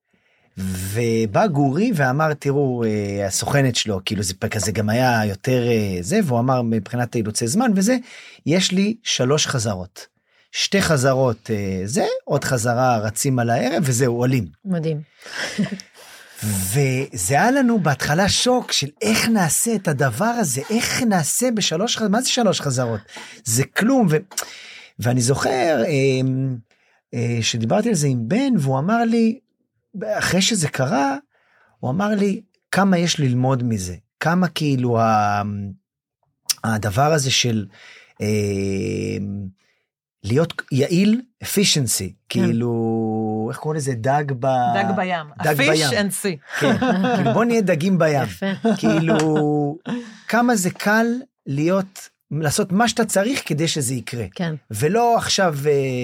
S3: ובא גורי ואמר, תראו, הסוכנת שלו, כאילו זה כזה גם היה יותר זה, והוא אמר מבחינת אילוצי זמן וזה, יש לי שלוש חזרות. שתי חזרות זה, עוד חזרה רצים על הערב, וזהו, עולים.
S4: מדהים.
S3: וזה היה לנו בהתחלה שוק של איך נעשה את הדבר הזה, איך נעשה בשלוש חזרות, מה זה שלוש חזרות? זה כלום, ו... ואני זוכר אה, אה, שדיברתי על זה עם בן, והוא אמר לי, אחרי שזה קרה, הוא אמר לי, כמה יש ללמוד מזה, כמה כאילו ה... הדבר הזה של... אה, להיות יעיל, efficiency, כאילו, איך קוראים לזה, דג ב...
S2: דג בים, הפיש and sea.
S3: כן, כאילו בוא נהיה דגים בים. כאילו, כמה זה קל להיות, לעשות מה שאתה צריך כדי שזה יקרה.
S4: כן.
S3: ולא עכשיו,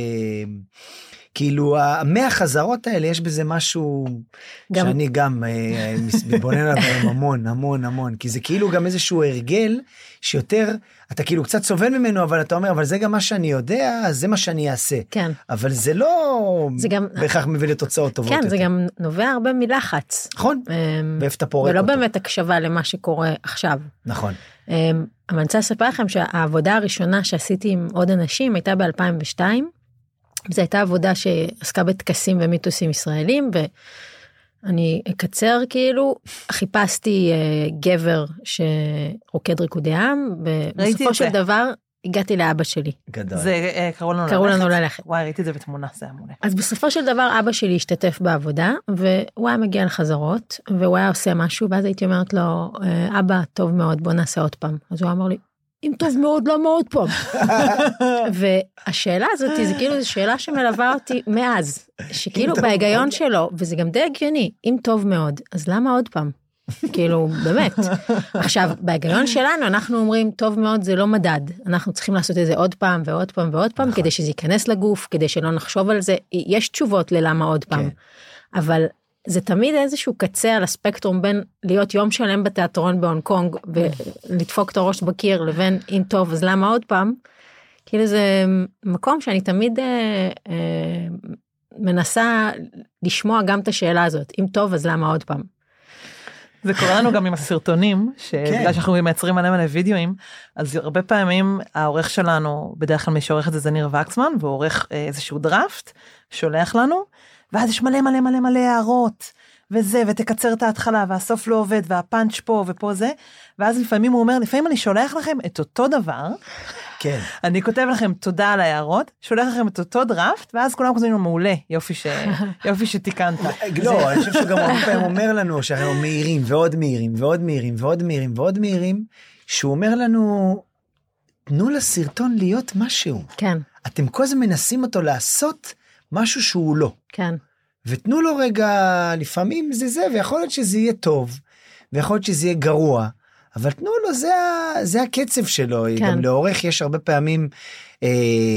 S3: כאילו, המאה חזרות האלה, יש בזה משהו שאני גם מתבונן עליו המון, המון, המון, כי זה כאילו גם איזשהו הרגל, שיותר, אתה כאילו קצת סובל ממנו, אבל אתה אומר, אבל זה גם מה שאני יודע, אז זה מה שאני אעשה.
S4: כן.
S3: אבל זה לא
S4: גם...
S3: בהכרח מביא לתוצאות טובות יותר.
S4: כן, זה גם נובע הרבה מלחץ.
S3: נכון, ואיפה אתה פורק
S4: ולא
S3: אותו.
S4: באמת הקשבה למה שקורה עכשיו.
S3: נכון.
S4: אבל אני רוצה לספר לכם שהעבודה הראשונה שעשיתי עם עוד אנשים, הייתה ב-אלפיים ושתיים, זו הייתה עבודה שעסקה בטקסים ומיתוסים ישראלים, ואני אקצר כאילו, חיפשתי uh, גבר שרוקד ריקודי עם, ובסופו של דבר הגעתי לאבא שלי.
S3: גדול.
S2: זה uh, קראו לנו
S4: קראו
S2: ללכת.
S4: לנו ללכת.
S2: וואי, ראיתי את זה בתמונה, זה היה מעולה.
S4: אז בסופו של דבר אבא שלי השתתף בעבודה, והוא היה מגיע לחזרות, והוא היה עושה משהו, ואז הייתי אומרת לו, אבא, טוב מאוד, בוא נעשה עוד פעם. אז הוא אמר לי, אם טוב מאוד, למה עוד פעם? והשאלה הזאת, זה כאילו, זו שאלה שמלווה אותי מאז, שכאילו בהיגיון שלו, וזה גם די הגיוני, אם טוב מאוד, אז למה עוד פעם? כאילו, באמת. עכשיו, בהיגיון שלנו, אנחנו אומרים, טוב מאוד, זה לא מדד. אנחנו צריכים לעשות את זה עוד פעם, ועוד פעם, ועוד פעם, כדי שזה ייכנס לגוף, כדי שלא נחשוב על זה. יש תשובות ללמה עוד פעם. אבל זה תמיד איזשהו קצה על הספקטרום בין להיות יום שלם בתיאטרון בהונג קונג, ולדפוק את הראש בקיר, לבין אם טוב, אז למה עוד פעם? כאילו זה מקום שאני תמיד אה, אה, מנסה לשמוע גם את השאלה הזאת. אם טוב, אז למה עוד פעם?
S2: זה קורה לנו גם עם הסרטונים, שבגלל שאנחנו מייצרים מלא מלא וידאוים, אז הרבה פעמים העורך שלנו, בדרך כלל מי שעורך את זה זה ניר וקסמן, והוא עורך איזשהו דראפט, שולח לנו, ואז יש מלא מלא מלא מלא הערות, וזה, ותקצר את ההתחלה, והסוף לא עובד, והפאנץ' פה ופה זה, ואז לפעמים הוא אומר, לפעמים אני שולח לכם את אותו דבר,
S3: כן.
S2: אני כותב לכם תודה על ההערות, שולח לכם את אותו דראפט, ואז כולם כותבים לו מעולה, יופי, ש... יופי שתיקנת.
S3: לא, אני חושב שגם הרבה פעמים אומר לנו, שאנחנו מהירים ועוד מהירים ועוד מהירים ועוד מהירים ועוד מהירים, שהוא אומר לנו, תנו לסרטון להיות משהו.
S4: כן.
S3: אתם כל הזמן מנסים אותו לעשות משהו שהוא לא.
S4: כן.
S3: ותנו לו רגע, לפעמים זה זה, ויכול להיות שזה יהיה טוב, ויכול להיות שזה יהיה גרוע, אבל תנו לו, זה, זה הקצב שלו. כן. גם לעורך יש הרבה פעמים אה,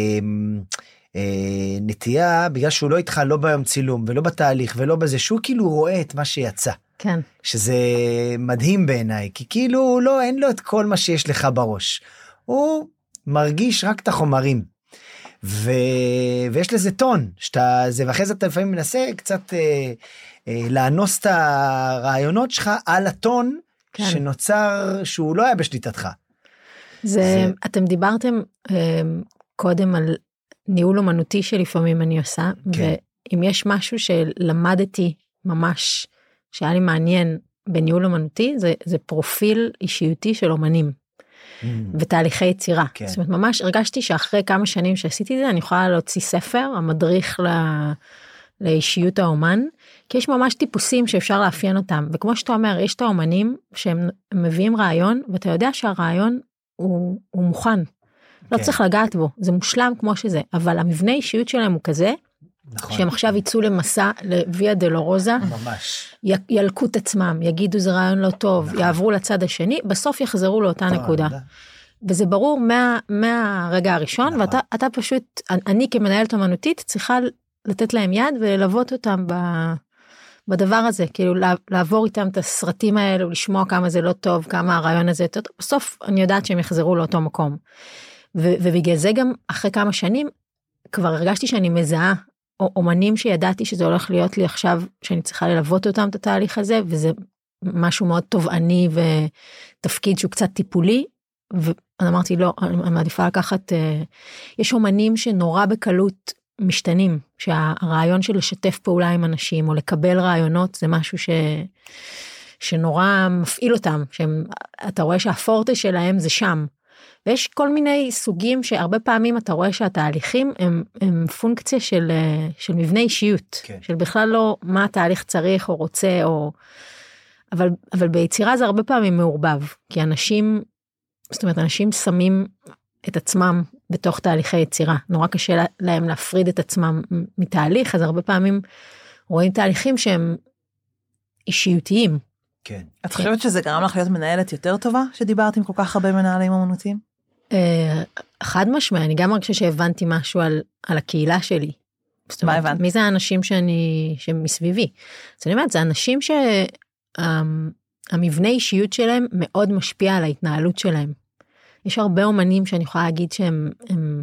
S3: אה, נטייה, בגלל שהוא לא איתך לא ביום צילום, ולא בתהליך, ולא בזה, שהוא כאילו רואה את מה שיצא.
S4: כן.
S3: שזה מדהים בעיניי, כי כאילו לא, אין לו את כל מה שיש לך בראש. הוא מרגיש רק את החומרים. ו... ויש לזה טון, שאתה, זה, ואחרי זה אתה לפעמים מנסה קצת אה, אה, לאנוס את הרעיונות שלך על הטון, כן. שנוצר שהוא לא היה בשליטתך.
S4: זה, זה... אתם דיברתם אה, קודם על ניהול אומנותי שלפעמים אני עושה, כן. ואם יש משהו שלמדתי ממש, שהיה לי מעניין בניהול אומנותי, זה, זה פרופיל אישיותי של אומנים. ותהליכי יצירה. כן. זאת אומרת, ממש הרגשתי שאחרי כמה שנים שעשיתי את זה, אני יכולה להוציא ספר, המדריך ל... לאישיות האומן, כי יש ממש טיפוסים שאפשר לאפיין אותם, וכמו שאתה אומר, יש את האומנים שהם מביאים רעיון, ואתה יודע שהרעיון הוא, הוא מוכן. כן. לא צריך לגעת בו, זה מושלם כמו שזה, אבל המבנה אישיות שלהם הוא כזה, נכון. שהם עכשיו יצאו למסע לוויה דלורוזה, ממש. י, ילקו את עצמם, יגידו זה רעיון לא טוב, נכון. יעברו לצד השני, בסוף יחזרו לאותה נכון, נקודה. נכון. וזה ברור מה, מהרגע הראשון, נכון. ואתה אתה פשוט, אני כמנהלת אומנותית, צריכה לתת להם יד וללוות אותם ב, בדבר הזה, כאילו לעבור איתם את הסרטים האלו, לשמוע כמה זה לא טוב, כמה הרעיון הזה טוב, בסוף אני יודעת שהם יחזרו לאותו מקום. ו, ובגלל זה גם אחרי כמה שנים, כבר הרגשתי שאני מזהה, או אומנים שידעתי שזה הולך להיות לי עכשיו, שאני צריכה ללוות אותם את התהליך הזה, וזה משהו מאוד תובעני, ותפקיד שהוא קצת טיפולי, ואני אמרתי, לא, אני מעדיפה לקחת, יש אומנים שנורא בקלות משתנים, שהרעיון של לשתף פעולה עם אנשים, או לקבל רעיונות, זה משהו ש... שנורא מפעיל אותם, שאתה רואה שהפורטה שלהם זה שם, ויש כל מיני סוגים שהרבה פעמים אתה רואה שהתהליכים הם, הם פונקציה של, של מבנה אישיות, כן. של בכלל לא מה התהליך צריך או רוצה, או... אבל, אבל ביצירה זה הרבה פעמים מעורבב, כי אנשים, זאת אומרת, אנשים שמים את עצמם בתוך תהליכי יצירה, נורא קשה להם להפריד את עצמם מתהליך, אז הרבה פעמים רואים תהליכים שהם אישיותיים.
S3: כן.
S2: את חושבת שזה גרם לך להיות מנהלת יותר טובה, שדיברת עם כל כך הרבה מנהלים אומנותיים?
S4: חד משמעי, אני גם מרגישה שהבנתי משהו על, על הקהילה שלי.
S2: מה הבנת?
S4: מי זה האנשים שאני, שמסביבי? אז אני אומרת, זה אנשים שהמבנה אישיות שלהם מאוד משפיע על ההתנהלות שלהם. יש הרבה אומנים שאני יכולה להגיד שהם הם,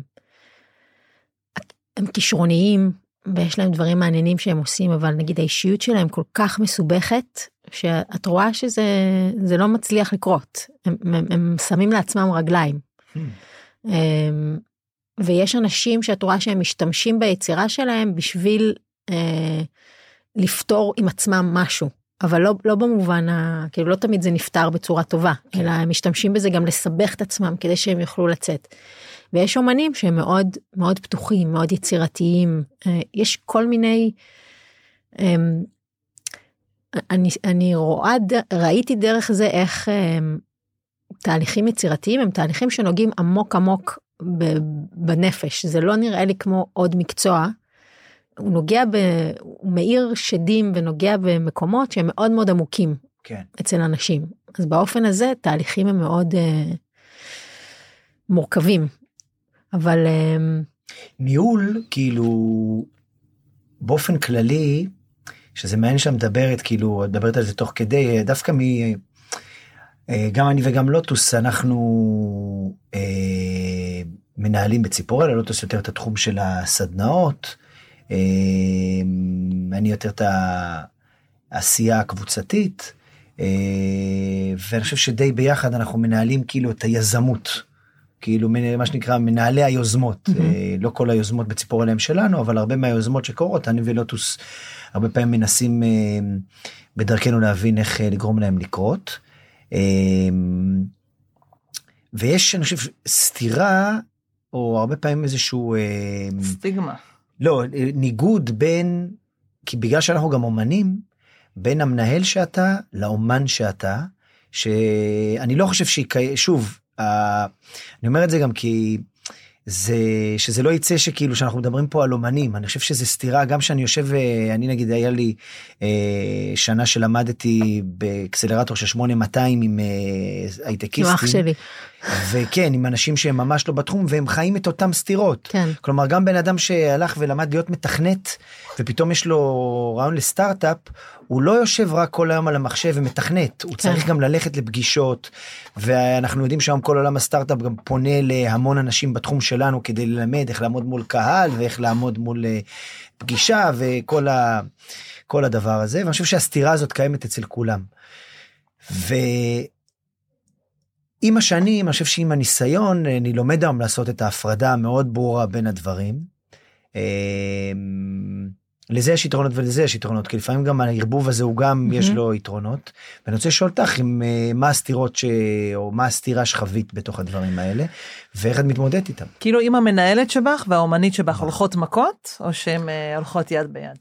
S4: הם כישרוניים, ויש להם דברים מעניינים שהם עושים, אבל נגיד האישיות שלהם כל כך מסובכת, שאת רואה שזה זה לא מצליח לקרות. הם, הם, הם שמים לעצמם רגליים. Hmm. ויש אנשים שאת רואה שהם משתמשים ביצירה שלהם בשביל אה, לפתור עם עצמם משהו. אבל לא, לא במובן, ה, כאילו לא תמיד זה נפתר בצורה טובה, כן. אלא הם משתמשים בזה גם לסבך את עצמם כדי שהם יוכלו לצאת. ויש אומנים שהם מאוד, מאוד פתוחים, מאוד יצירתיים. אה, יש כל מיני... אה, אני, אני רואה, ראיתי דרך זה איך, תהליכים יצירתיים, הם תהליכים שנוגעים עמוק עמוק בנפש, זה לא נראה לי כמו עוד מקצוע, הוא נוגע, ב, הוא מאיר שדים ונוגע במקומות שהם מאוד מאוד עמוקים
S3: כן.
S4: אצל אנשים, אז באופן הזה תהליכים הם מאוד uh, מורכבים, אבל... Uh,
S3: ניהול, כאילו, באופן כללי, שזה מעניין שם מדברת, כאילו, מדברת על זה תוך כדי, דווקא מ... גם אני וגם לוטוס, אנחנו אה, מנהלים בציפורל, לוטוס יותר את התחום של הסדנאות, אה, אני יותר את העשייה הקבוצתית, אה, ואני חושב שדי ביחד אנחנו מנהלים כאילו את היזמות, כאילו מה שנקרא מנהלי היוזמות, mm-hmm. אה, לא כל היוזמות בציפורל הם שלנו, אבל הרבה מהיוזמות שקורות, אני ולוטוס הרבה פעמים מנסים אה, בדרכנו להבין איך אה, לגרום להם לקרות, ויש, אני חושב, סתירה, או הרבה פעמים איזשהו...
S2: סטיגמה.
S3: לא, ניגוד בין, כי בגלל שאנחנו גם אומנים, בין המנהל שאתה לאומן שאתה, שאני לא חושב שהיא, שוב, אני אומר את זה גם כי... זה, שזה לא יצא שכאילו שאנחנו מדברים פה על אומנים, אני חושב שזה סתירה, גם שאני יושב, אני נגיד היה לי אה, שנה שלמדתי באקסלרטור של שמונה מאתיים עם אה, הייטקיסטים,
S4: אח שלי.
S3: וכן, עם אנשים שהם ממש לא בתחום, והם חיים את אותם סתירות,
S4: כן.
S3: כלומר גם בן אדם שהלך ולמד להיות מתכנת, ופתאום יש לו רעיון לסטארט-אפ, הוא לא יושב רק כל היום על המחשב ומתכנת, הוא צריך גם ללכת לפגישות, ואנחנו יודעים שהיום כל עולם הסטארט-אפ גם פונה להמון אנשים בתחום שלנו, כדי ללמד איך לעמוד מול קהל, ואיך לעמוד מול פגישה, וכל ה, כל הדבר הזה, ואני חושב שהסתירה הזאת קיימת אצל כולם. ועם השנים, אני חושב שעם הניסיון, אני לומד היום לעשות את ההפרדה המאוד ברורה בין הדברים, לזה יש יתרונות ולזה יש יתרונות, כי לפעמים גם הערבוב הזה הוא גם, mm-hmm. יש לו יתרונות, ואני רוצה לשאול אותך עם uh, מה הסתירות ש... או מה הסתירה שחווית בתוך הדברים האלה, ואיך את מתמודדת איתם.
S2: כאילו עם המנהלת שבך והאומנית שבך הולכות מכות, או שהן uh, הולכות יד ביד?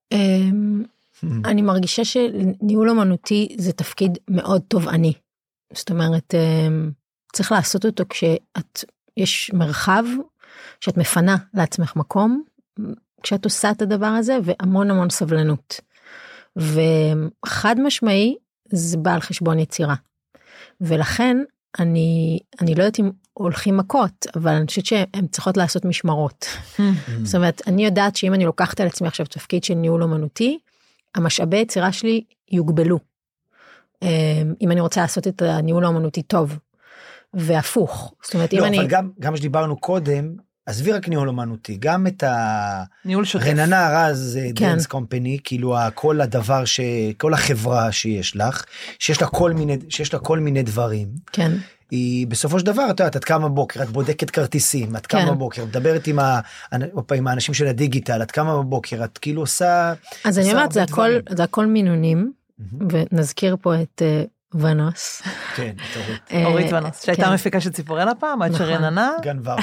S4: אני מרגישה שניהול אומנותי זה תפקיד מאוד תובעני, זאת אומרת, צריך לעשות אותו כשאת, יש מרחב, שאת מפנה לעצמך מקום, כשאת עושה את הדבר הזה, והמון המון סבלנות. וחד משמעי, זה בא על חשבון יצירה. ולכן, אני, אני לא יודעת אם הולכים מכות, אבל אני חושבת שהן צריכות לעשות משמרות. זאת אומרת, אני יודעת שאם אני לוקחת על עצמי עכשיו תפקיד של ניהול אומנותי, המשאבי יצירה שלי יוגבלו. אם אני רוצה לעשות את הניהול האומנותי טוב, והפוך. זאת אומרת,
S3: לא,
S4: אם
S3: אבל
S4: אני...
S3: גם, גם שדיברנו קודם, עזבי רק ניהול אומנותי, גם את
S2: ניהול שוטף.
S3: רננה רז
S4: כן.
S3: דנס קומפני, כאילו כל הדבר, ש... כל החברה שיש לך, שיש לה כל מיני, שיש לה כל מיני דברים.
S4: כן.
S3: היא בסופו של דבר, את יודעת, את כמה בוקר, את בודקת כרטיסים, את כמה
S4: כן.
S3: בוקר, מדברת עם, ה... עם האנשים של הדיגיטל, את כמה בבוקר, את כאילו עושה...
S4: אז אני אומרת, זה הכל, זה הכל מינונים, ונזכיר פה את ונוס.
S3: כן, את אורית.
S2: אורית ונוס, שהייתה מפיקה של ציפורל הפעם, עד שרננה.
S3: גנבה.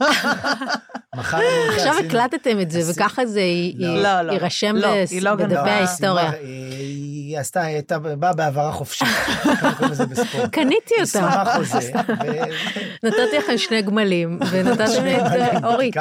S4: עכשיו הקלטתם את זה, וככה זה יירשם בדפי ההיסטוריה.
S3: היא עשתה, הייתה באה בעברה חופשית.
S4: קניתי אותה. נתתי לכם שני גמלים, ונתתי את אורית.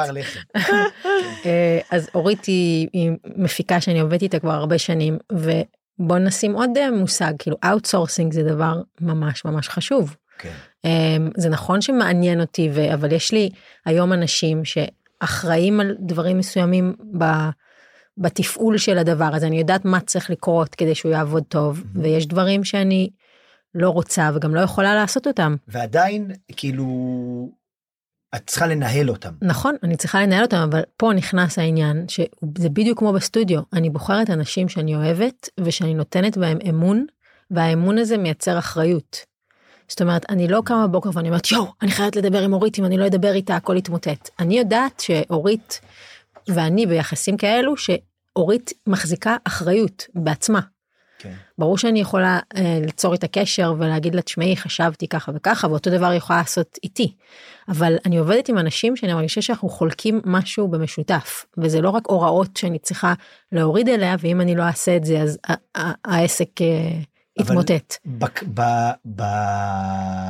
S4: אז אורית היא מפיקה שאני עובדת איתה כבר הרבה שנים, ו... בוא נשים עוד מושג, כאילו אאוטסורסינג זה דבר ממש ממש חשוב. Okay. זה נכון שמעניין אותי, ו... אבל יש לי היום אנשים שאחראים על דברים מסוימים ב... בתפעול של הדבר, אז אני יודעת מה צריך לקרות כדי שהוא יעבוד טוב, mm-hmm. ויש דברים שאני לא רוצה וגם לא יכולה לעשות אותם.
S3: ועדיין כאילו את צריכה לנהל אותם.
S4: נכון, אני צריכה לנהל אותם, אבל פה נכנס העניין, שזה בדיוק כמו בסטודיו, אני בוחרת אנשים שאני אוהבת, ושאני נותנת בהם אמון, והאמון הזה מייצר אחריות. זאת אומרת, אני לא קמה בבוקר ואני אומרת, יו, אני חייבת לדבר עם אורית, אם אני לא אדבר איתה, הכל יתמוטט. אני יודעת שאורית, ואני ביחסים כאלו, שאורית מחזיקה אחריות בעצמה. כן. ברור שאני יכולה אה, ליצור את הקשר ולהגיד לה, תשמעי, חשבתי ככה וככה, ואותו דבר יכולה לעשות איתי. אבל אני עובדת עם אנשים שאני מרגישה שאנחנו חולקים משהו במשותף, וזה לא רק הוראות שאני צריכה להוריד אליה, ואם אני לא אעשה את זה, אז העסק אה, יתמוטט.
S3: ב- ב- ב-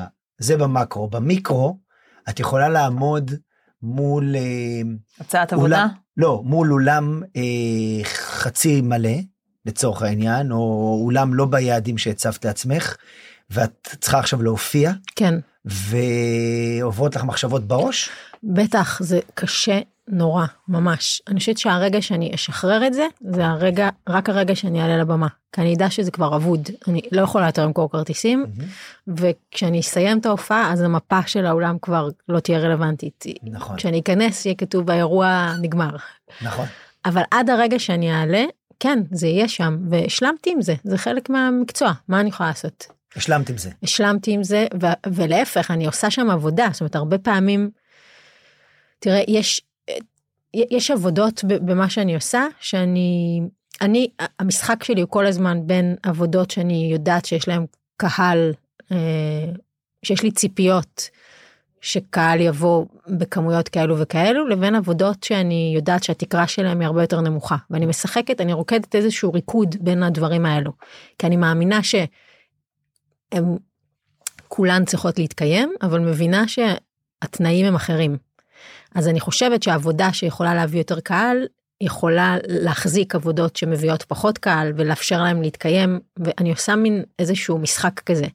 S3: זה במקרו. במיקרו, את יכולה לעמוד מול...
S2: הצעת עבודה?
S3: אולם, לא, מול אולם אה, חצי מלא, לצורך העניין, או אולם לא ביעדים שהצבת לעצמך, ואת צריכה עכשיו להופיע.
S4: כן.
S3: ועוברות לך מחשבות בראש?
S4: בטח, זה קשה נורא, ממש. אני חושבת שהרגע שאני אשחרר את זה, זה הרגע, רק הרגע שאני אעלה לבמה. כי אני יודע שזה כבר אבוד. אני לא יכולה יותר למכור כרטיסים, mm-hmm. וכשאני אסיים את ההופעה, אז המפה של העולם כבר לא תהיה רלוונטית.
S3: נכון.
S4: כשאני אכנס, יהיה כתוב, האירוע נגמר.
S3: נכון.
S4: אבל עד הרגע שאני אעלה, כן, זה יהיה שם, והשלמתי עם זה. זה חלק מהמקצוע. מה אני יכולה לעשות?
S3: השלמת עם זה.
S4: השלמתי עם זה, ו- ולהפך, אני עושה שם עבודה. זאת אומרת, הרבה פעמים, תראה, יש, יש עבודות במה שאני עושה, שאני, אני, המשחק שלי הוא כל הזמן בין עבודות שאני יודעת שיש להם קהל, שיש לי ציפיות, שקהל יבוא בכמויות כאלו וכאלו, לבין עבודות שאני יודעת שהתקרה שלהם היא הרבה יותר נמוכה. ואני משחקת, אני רוקדת איזשהו ריקוד בין הדברים האלו. כי אני מאמינה שהן כולן צריכות להתקיים, אבל מבינה שהתנאים הם אחרים. אז אני חושבת שהעבודה שיכולה להביא יותר קהל, יכולה להחזיק עבודות שמביאות פחות קהל, ולאפשר להם להתקיים, ואני עושה מין איזשהו משחק כזה.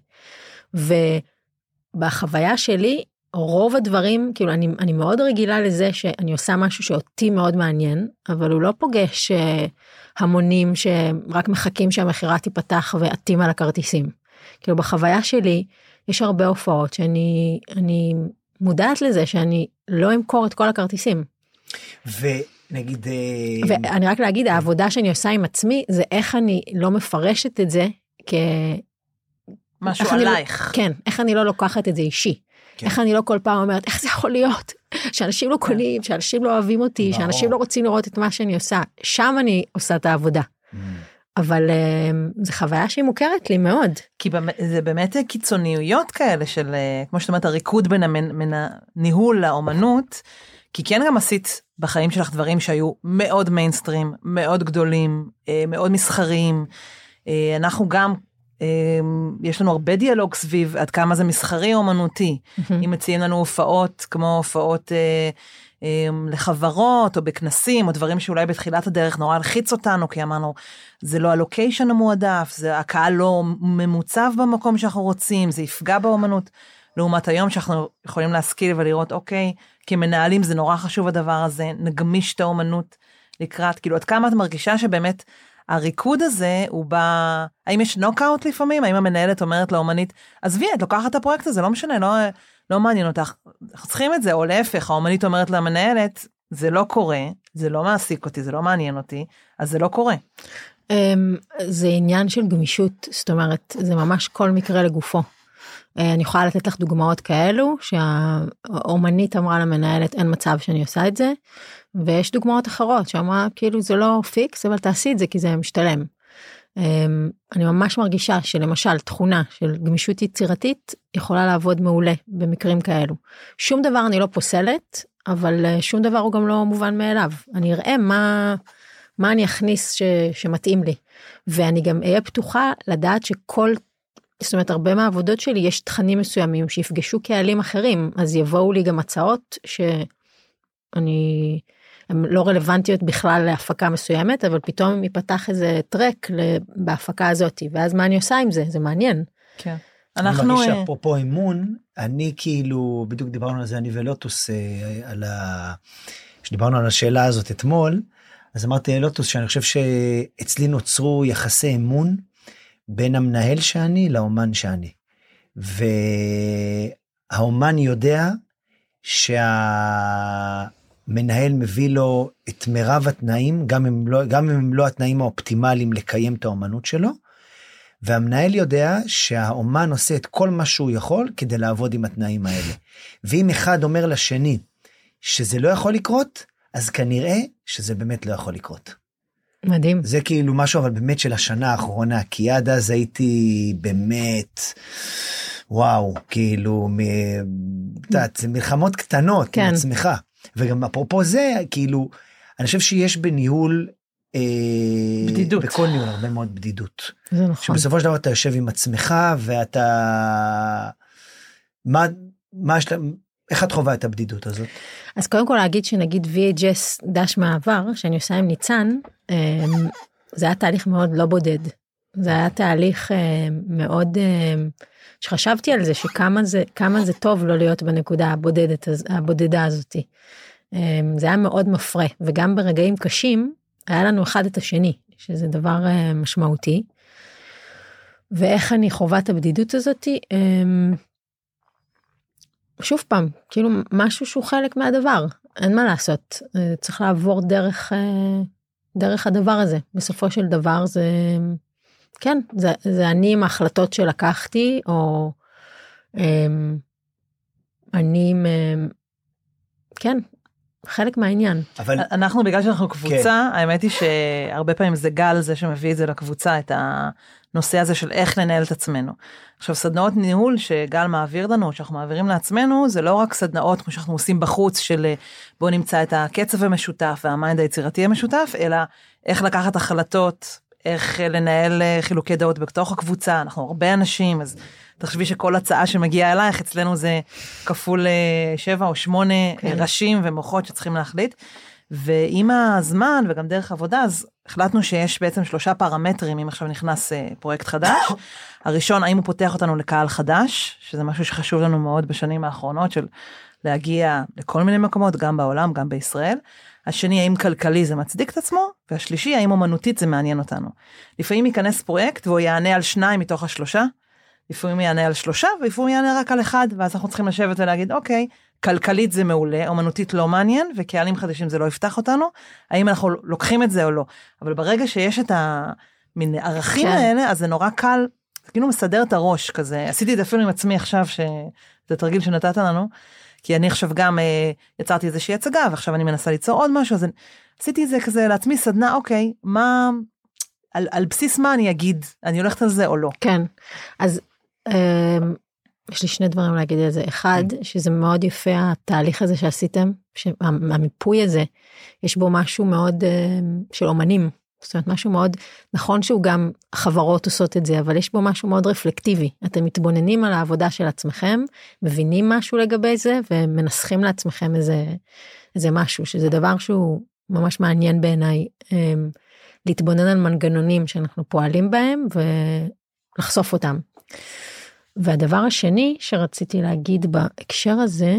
S4: ובחוויה שלי, רוב הדברים, כאילו אני, אני מאוד רגילה לזה שאני עושה משהו שאותי מאוד מעניין, אבל הוא לא פוגש המונים שרק מחכים שהמחירה תיפתח ועטים על הכרטיסים. כאילו בחוויה שלי, יש הרבה הופעות שאני, אני מודעת לזה שאני לא אמכור את כל הכרטיסים.
S3: ונגיד...
S4: ואני רק להגיד, העבודה שאני עושה עם עצמי, זה איך אני לא מפרשת את זה כ...
S2: משהו עלייך.
S4: לא, כן, איך אני לא לוקחת את זה אישי. כן. איך אני לא כל פעם אומרת, איך זה יכול להיות? שאנשים לא קונים, שאנשים לא אוהבים אותי, ברור. שאנשים לא רוצים לראות את מה שאני עושה. שם אני עושה את העבודה. Mm. אבל זו חוויה שהיא מוכרת לי מאוד.
S2: כי זה באמת קיצוניויות כאלה של, כמו שאת אומרת, הריקוד בין הניהול לאומנות, כי כן גם עשית בחיים שלך דברים שהיו מאוד מיינסטרים, מאוד גדולים, מאוד מסחריים. אנחנו גם, יש לנו הרבה דיאלוג סביב עד כמה זה מסחרי אומנותי. אם מציעים לנו הופעות כמו הופעות לחברות או בכנסים או דברים שאולי בתחילת הדרך נורא הלחיץ אותנו, כי אמרנו זה לא הלוקיישן המועדף, זה הקהל לא ממוצב במקום שאנחנו רוצים, זה יפגע באומנות. לעומת היום שאנחנו יכולים להשכיל ולראות, אוקיי, כמנהלים זה נורא חשוב הדבר הזה, נגמיש את האומנות לקראת, כאילו עד כמה את מרגישה שבאמת הריקוד הזה הוא בא, האם יש נוקאוט לפעמים? האם המנהלת אומרת לאומנית, עזבי, את לוקחת את הפרויקט הזה, לא משנה, לא, לא מעניין אותך, אנחנו צריכים את זה, או להפך, האומנית אומרת למנהלת, זה לא קורה, זה לא מעסיק אותי, זה לא מעניין אותי, אז זה לא קורה.
S4: זה עניין של גמישות, זאת אומרת, זה ממש כל מקרה לגופו. אני יכולה לתת לך דוגמאות כאלו, שהאומנית אמרה למנהלת, אין מצב שאני עושה את זה, ויש דוגמאות אחרות, שאמרה, כאילו זה לא פיקס, אבל תעשי את זה, כי זה משתלם. אני ממש מרגישה שלמשל, תכונה של גמישות יצירתית, יכולה לעבוד מעולה במקרים כאלו. שום דבר אני לא פוסלת, אבל שום דבר הוא גם לא מובן מאליו. אני אראה מה, מה אני אכניס ש, שמתאים לי. ואני גם אהיה פתוחה לדעת שכל, זאת אומרת, הרבה מהעבודות שלי יש תכנים מסוימים שיפגשו קהלים אחרים, אז יבואו לי גם הצעות שאני, הן לא רלוונטיות בכלל להפקה מסוימת, אבל פתאום ייפתח איזה טרק בהפקה הזאת, ואז מה אני עושה עם זה? זה מעניין.
S2: כן.
S3: אנחנו... אני מרגיש אפרופו אימון, אני כאילו, בדיוק דיברנו על זה, אני ולוטוס, על ה... שדיברנו על השאלה הזאת אתמול, אז אמרתי לוטוס שאני חושב שאצלי נוצרו יחסי אמון, בין המנהל שאני לאומן שאני. והאומן יודע שהמנהל מביא לו את מירב התנאים, גם אם לא, גם אם הם לא התנאים האופטימליים לקיים את האומנות שלו, והמנהל יודע שהאומן עושה את כל מה שהוא יכול כדי לעבוד עם התנאים האלה. ואם אחד אומר לשני שזה לא יכול לקרות, אז כנראה שזה באמת לא יכול לקרות.
S4: מדהים.
S3: זה כאילו משהו, אבל באמת של השנה האחרונה, כי עד אז הייתי באמת, וואו, כאילו, מ... תעת, מלחמות קטנות, כן. עם עצמך. וגם אפרופו זה, כאילו, אני חושב שיש בניהול,
S2: בדידות.
S3: בכל ניהול הרבה מאוד בדידות.
S4: זה נכון.
S3: שבסופו של דבר אתה יושב עם עצמך, ואתה מה, מה יש, איך את חווה את הבדידות הזאת?
S4: אז קודם כל להגיד שנגיד וי אייץ' אס דש מעבר, שאני עושה עם ניצן, זה היה תהליך מאוד לא בודד. זה היה תהליך מאוד, שחשבתי על זה, שכמה זה, כמה זה טוב לא להיות בנקודה הבודדת, הבודדה הזאת. זה היה מאוד מפרה, וגם ברגעים קשים, היה לנו אחד את השני, שזה דבר משמעותי. ואיך אני חווה את הבדידות הזאת, שוב פעם, כאילו משהו שהוא חלק מהדבר, אין מה לעשות, צריך לעבור דרך, דרך הדבר הזה, בסופו של דבר זה, כן, זה, זה אני עם ההחלטות שלקחתי, או אני, כן, חלק מהעניין.
S2: אבל אנחנו, בגלל שאנחנו קבוצה, האמת היא שהרבה פעמים זה גל זה שמביא את זה לקבוצה, את הנושא הזה של איך לנהל את עצמנו. עכשיו, סדנאות ניהול שגל מעביר לנו, שאנחנו מעבירים לעצמנו, זה לא רק סדנאות כמו שאנחנו עושים בחוץ, של בוא נמצא את הקצב המשותף, והמיינד היצירתי המשותף, אלא איך לקחת החלטות, איך לנהל חילוקי דעות בתוך הקבוצה, אנחנו הרבה אנשים, אז תחשבי שכל הצעה שמגיעה אלייך, אצלנו זה כפול שבע או שמונה כן. ראשים ומוחות שצריכים להחליט, ועם הזמן וגם דרך עבודה, אז החלטנו שיש בעצם שלושה פרמטרים, אם עכשיו נכנס פרויקט חדש, הראשון, האם הוא פותח אותנו לקהל חדש, שזה משהו שחשוב לנו מאוד בשנים האחרונות, של להגיע לכל מיני מקומות, גם בעולם, גם בישראל, השני, האם כלכלי זה מצדיק את עצמו, והשלישי, האם אומנותית זה מעניין אותנו. לפעמים ייכנס פרויקט, והוא יענה על שניים מתוך השלושה, לפעמים יענה על שלושה, ולפעמים יענה רק על אחד, ואז אנחנו צריכים לשבת ולהגיד, אוקיי, כלכלית זה מעולה, אומנותית לא מעניין, וקהלים חדשים זה לא יפתח אותנו, האם אנחנו לוקחים את זה או לא. אבל ברגע שיש את המין ערכים כן. האלה, אז זה נורא קל, זה כאילו מסדר את הראש כזה, עשיתי את זה אפילו עם עצמי עכשיו, שזה תרגיל שנתת לנו, כי אני עכשיו גם אה, יצרתי איזושהי הצגה, ועכשיו אני מנסה ליצור עוד משהו, אז עשיתי את זה כזה לעצמי סדנה, אוקיי, מה, על, על בסיס מה אני אגיד, אני הולכת על זה או לא.
S4: כן, אז אה, יש לי שני דברים להגיד על זה. אחד, שזה מאוד יפה התהליך הזה שעשיתם, שהמיפוי הזה, יש בו משהו מאוד אה, של אומנים, זאת אומרת, משהו מאוד, נכון שהוא גם חברות עושות את זה, אבל יש בו משהו מאוד רפלקטיבי. אתם מתבוננים על העבודה של עצמכם, מבינים משהו לגבי זה, ומנסחים לעצמכם איזה, איזה משהו, שזה דבר שהוא ממש מעניין בעיניי, להתבונן על מנגנונים שאנחנו פועלים בהם, ולחשוף אותם. והדבר השני שרציתי להגיד בהקשר הזה,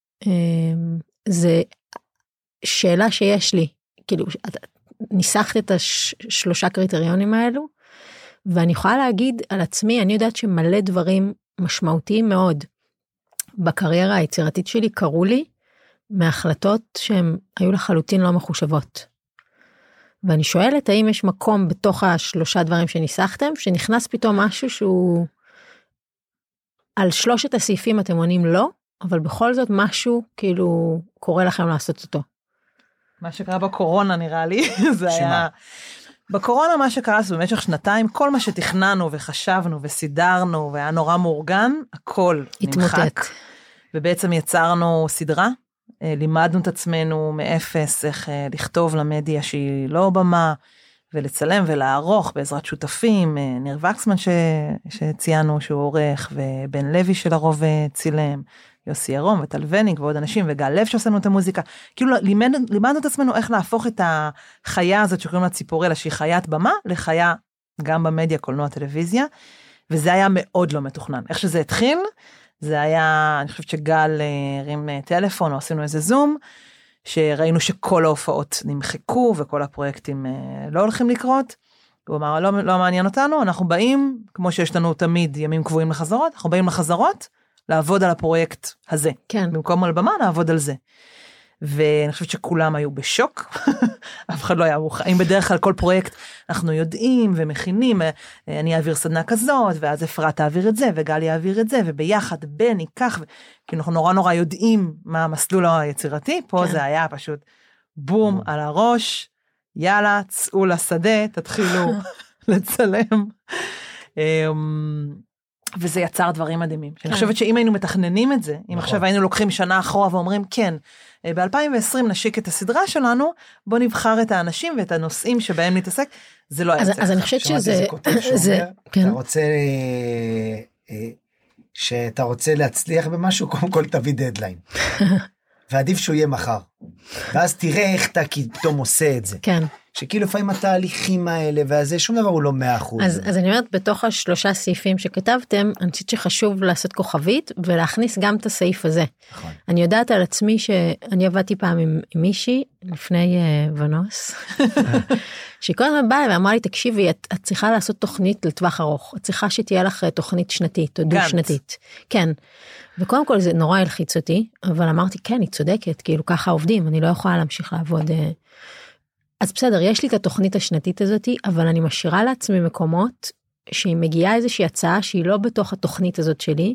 S4: זה שאלה שיש לי, כאילו, ניסחת את השלושה קריטריונים האלו, ואני יכולה להגיד על עצמי, אני יודעת שמלא דברים משמעותיים מאוד, בקריירה היצירתית שלי קראו לי, מהחלטות שהן היו לחלוטין לא מחושבות. ואני שואלת, האם יש מקום בתוך השלושה דברים שניסחתם, שנכנס פתאום משהו שהוא, על שלושת הסעיפים אתם עונים לא, אבל בכל זאת משהו כאילו קורא לכם לעשות אותו.
S2: מה שקרה בקורונה נראה לי, זה היה, בקורונה מה שקרה זה במשך שנתיים, כל מה שתכננו וחשבנו וסידרנו, והיה נורא מאורגן, הכל נמחק, ובעצם יצרנו סדרה, לימדנו את עצמנו מאפס, איך לכתוב למדיה שהיא לא במה, ולצלם ולערוך בעזרת שותפים, ניר וקסמן ש... שציינו שהוא עורך, ובן לוי של הרוב צילם, יוסי ירום וטל וניג ועוד אנשים, וגל לב שעושה לנו את המוזיקה, כאילו לימד, לימדנו את עצמנו איך להפוך את החיה הזאת שקוראים לה ציפורלה, שהיא חיית במה, לחיה גם במדיה, קולנוע, טלוויזיה, וזה היה מאוד לא מתוכנן. איך שזה התחיל, זה היה, אני חושבת שגל הרים טלפון, או עשינו איזה זום, שראינו שכל ההופעות נמחקו, וכל הפרויקטים לא הולכים לקרות, הוא אמר, לא, לא מעניין אותנו, אנחנו באים, כמו שיש לנו תמיד ימים קבועים לחזרות, אנחנו באים לחזרות, לעבוד על הפרויקט הזה.
S4: כן. במקום
S2: על במה, נעבוד על זה. ואני חושבת שכולם היו בשוק, אף אחד לא היה מוכן. אם בדרך כלל כל פרויקט אנחנו יודעים ומכינים, אני אעביר סדנה כזאת, ואז אפרת תעביר את זה, וגל יעביר את זה, וביחד בני כך, כי אנחנו נורא נורא יודעים מה המסלול היצירתי, פה כן. זה היה פשוט בום על הראש, יאללה, צאו לשדה, תתחילו לצלם. וזה יצר דברים מדהימים. אני חושבת שאם היינו מתכננים את זה, אם עכשיו היינו לוקחים שנה אחורה ואומרים, כן, ב-אלפיים ועשרים נשיק את הסדרה שלנו, בוא נבחר את האנשים ואת הנושאים שבהם נתעסק, זה לא היה צריך.
S4: אז אני חושבת שזה...
S3: אתה רוצה שאתה רוצה להצליח במשהו, קודם כל תביא דדליין. ועדיף שהוא יהיה מחר. ואז תראה איך אתה פתאום עושה את זה.
S4: כן.
S3: שכאילו לפעמים התהליכים האלה, וזה שום דבר הוא לא מאה אחוז.
S4: אז, אז אני אומרת, בתוך השלושה סעיפים שכתבתם, אני חושבת שחשוב לעשות כוכבית, ולהכניס גם את הסעיף הזה.
S3: נכון.
S4: אני יודעת על עצמי שאני עבדתי פעם עם, עם מישהי, לפני uh, ונוס, שכל הזמן באה ואמרה לי, תקשיבי, את, את צריכה לעשות תוכנית לטווח ארוך, את צריכה שתהיה לך תוכנית שנתית, או דו שנתית. כן. וקודם כל זה נורא הלחיץ אותי, אבל אמרתי, כן, היא צודקת, כאילו ככה עובדים, אני לא יכולה להמשיך לעבוד. אז בסדר, יש לי את התוכנית השנתית הזאת, אבל אני משאירה לעצמי מקומות, שהיא מגיעה איזושהי הצעה, שהיא לא בתוך התוכנית הזאת שלי,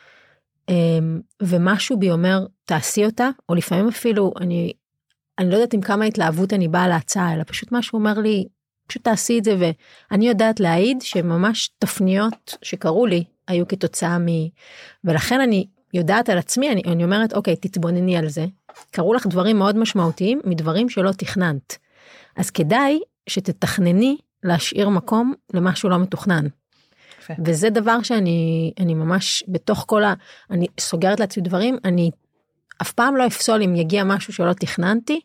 S4: ומשהו בי אומר, תעשי אותה, או לפעמים אפילו, אני, אני לא יודעת עם כמה התלהבות אני באה להצעה, אלא פשוט משהו אומר לי, פשוט תעשי את זה, ואני יודעת להעיד, שממש תפניות שקרו לי, היו כתוצאה מ... ולכן אני יודעת על עצמי, אני, אני אומרת, אוקיי, תתבונני על זה. קראו לך דברים מאוד משמעותיים, מדברים שלא תכננת. אז כדאי שתתכנני להשאיר מקום למשהו לא מתוכנן. יפה. וזה דבר שאני אני ממש, בתוך כל ה... אני סוגרת לעצמי דברים, אני אף פעם לא אפסול אם יגיע משהו שלא תכננתי,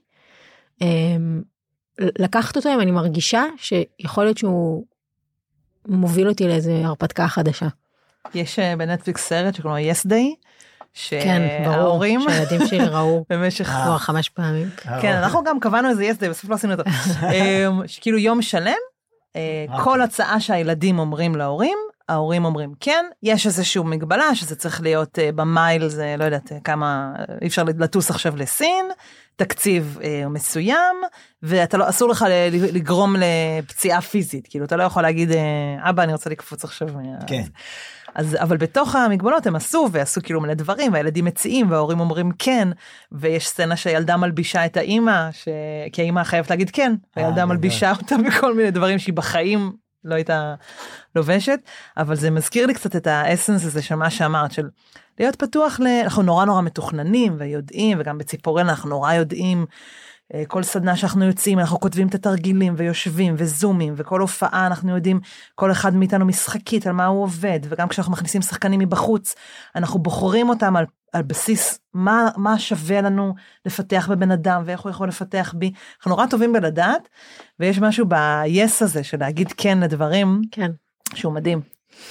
S4: לקחת אותו אם אני מרגישה שיכול להיות שהוא מוביל אותי לאיזו הרפתקה חדשה.
S2: יש בנטפליקס סרט שקוראים Yes Day,
S4: כן, ברור, שהילדים שלי ראו
S2: במשך
S4: כבר חמש פעמים.
S2: כן, אנחנו גם קבענו איזה Yes Day, בסוף לא עשינו אותו. שכאילו יום שלם, כל הצעה שהילדים אומרים להורים, ההורים אומרים כן, יש איזשהו מגבלה, שזה צריך להיות במייל, זה לא יודעת כמה, אי אפשר לטוס עכשיו לסין, תקציב אה, מסוים, ואתה לא, אסור לך לגרום לפציעה פיזית, כאילו אתה לא יכול להגיד, אה, אבא אני רוצה לקפוץ עכשיו.
S3: כן.
S2: אז, אבל בתוך המגבלות הם עשו, ועשו כאילו מלא דברים, והילדים מציעים, וההורים אומרים כן, ויש סצנה שהילדה מלבישה את האימא, ש... כי האימא חייבת להגיד כן, והילדה מלבישה אותה בכל מיני דברים שהיא בחיים לא הייתה לובשת, אבל זה מזכיר לי קצת את האסנס הזה של מה שאמרת, של להיות פתוח, ל... אנחנו נורא נורא מתוכננים ויודעים, וגם בציפורן אנחנו נורא יודעים, כל סדנה שאנחנו יוצאים, אנחנו כותבים את התרגילים ויושבים וזומים, וכל הופעה אנחנו יודעים, כל אחד מאיתנו משחקית על מה הוא עובד, וגם כשאנחנו מכניסים שחקנים מבחוץ, אנחנו בוחרים אותם על, על בסיס מה, מה שווה לנו לפתח בבן אדם, ואיך הוא יכול לפתח בי. אנחנו נורא טובים בלדעת, ויש משהו ב-yes הזה, של להגיד כן לדברים,
S4: כן.
S2: שהוא מדהים.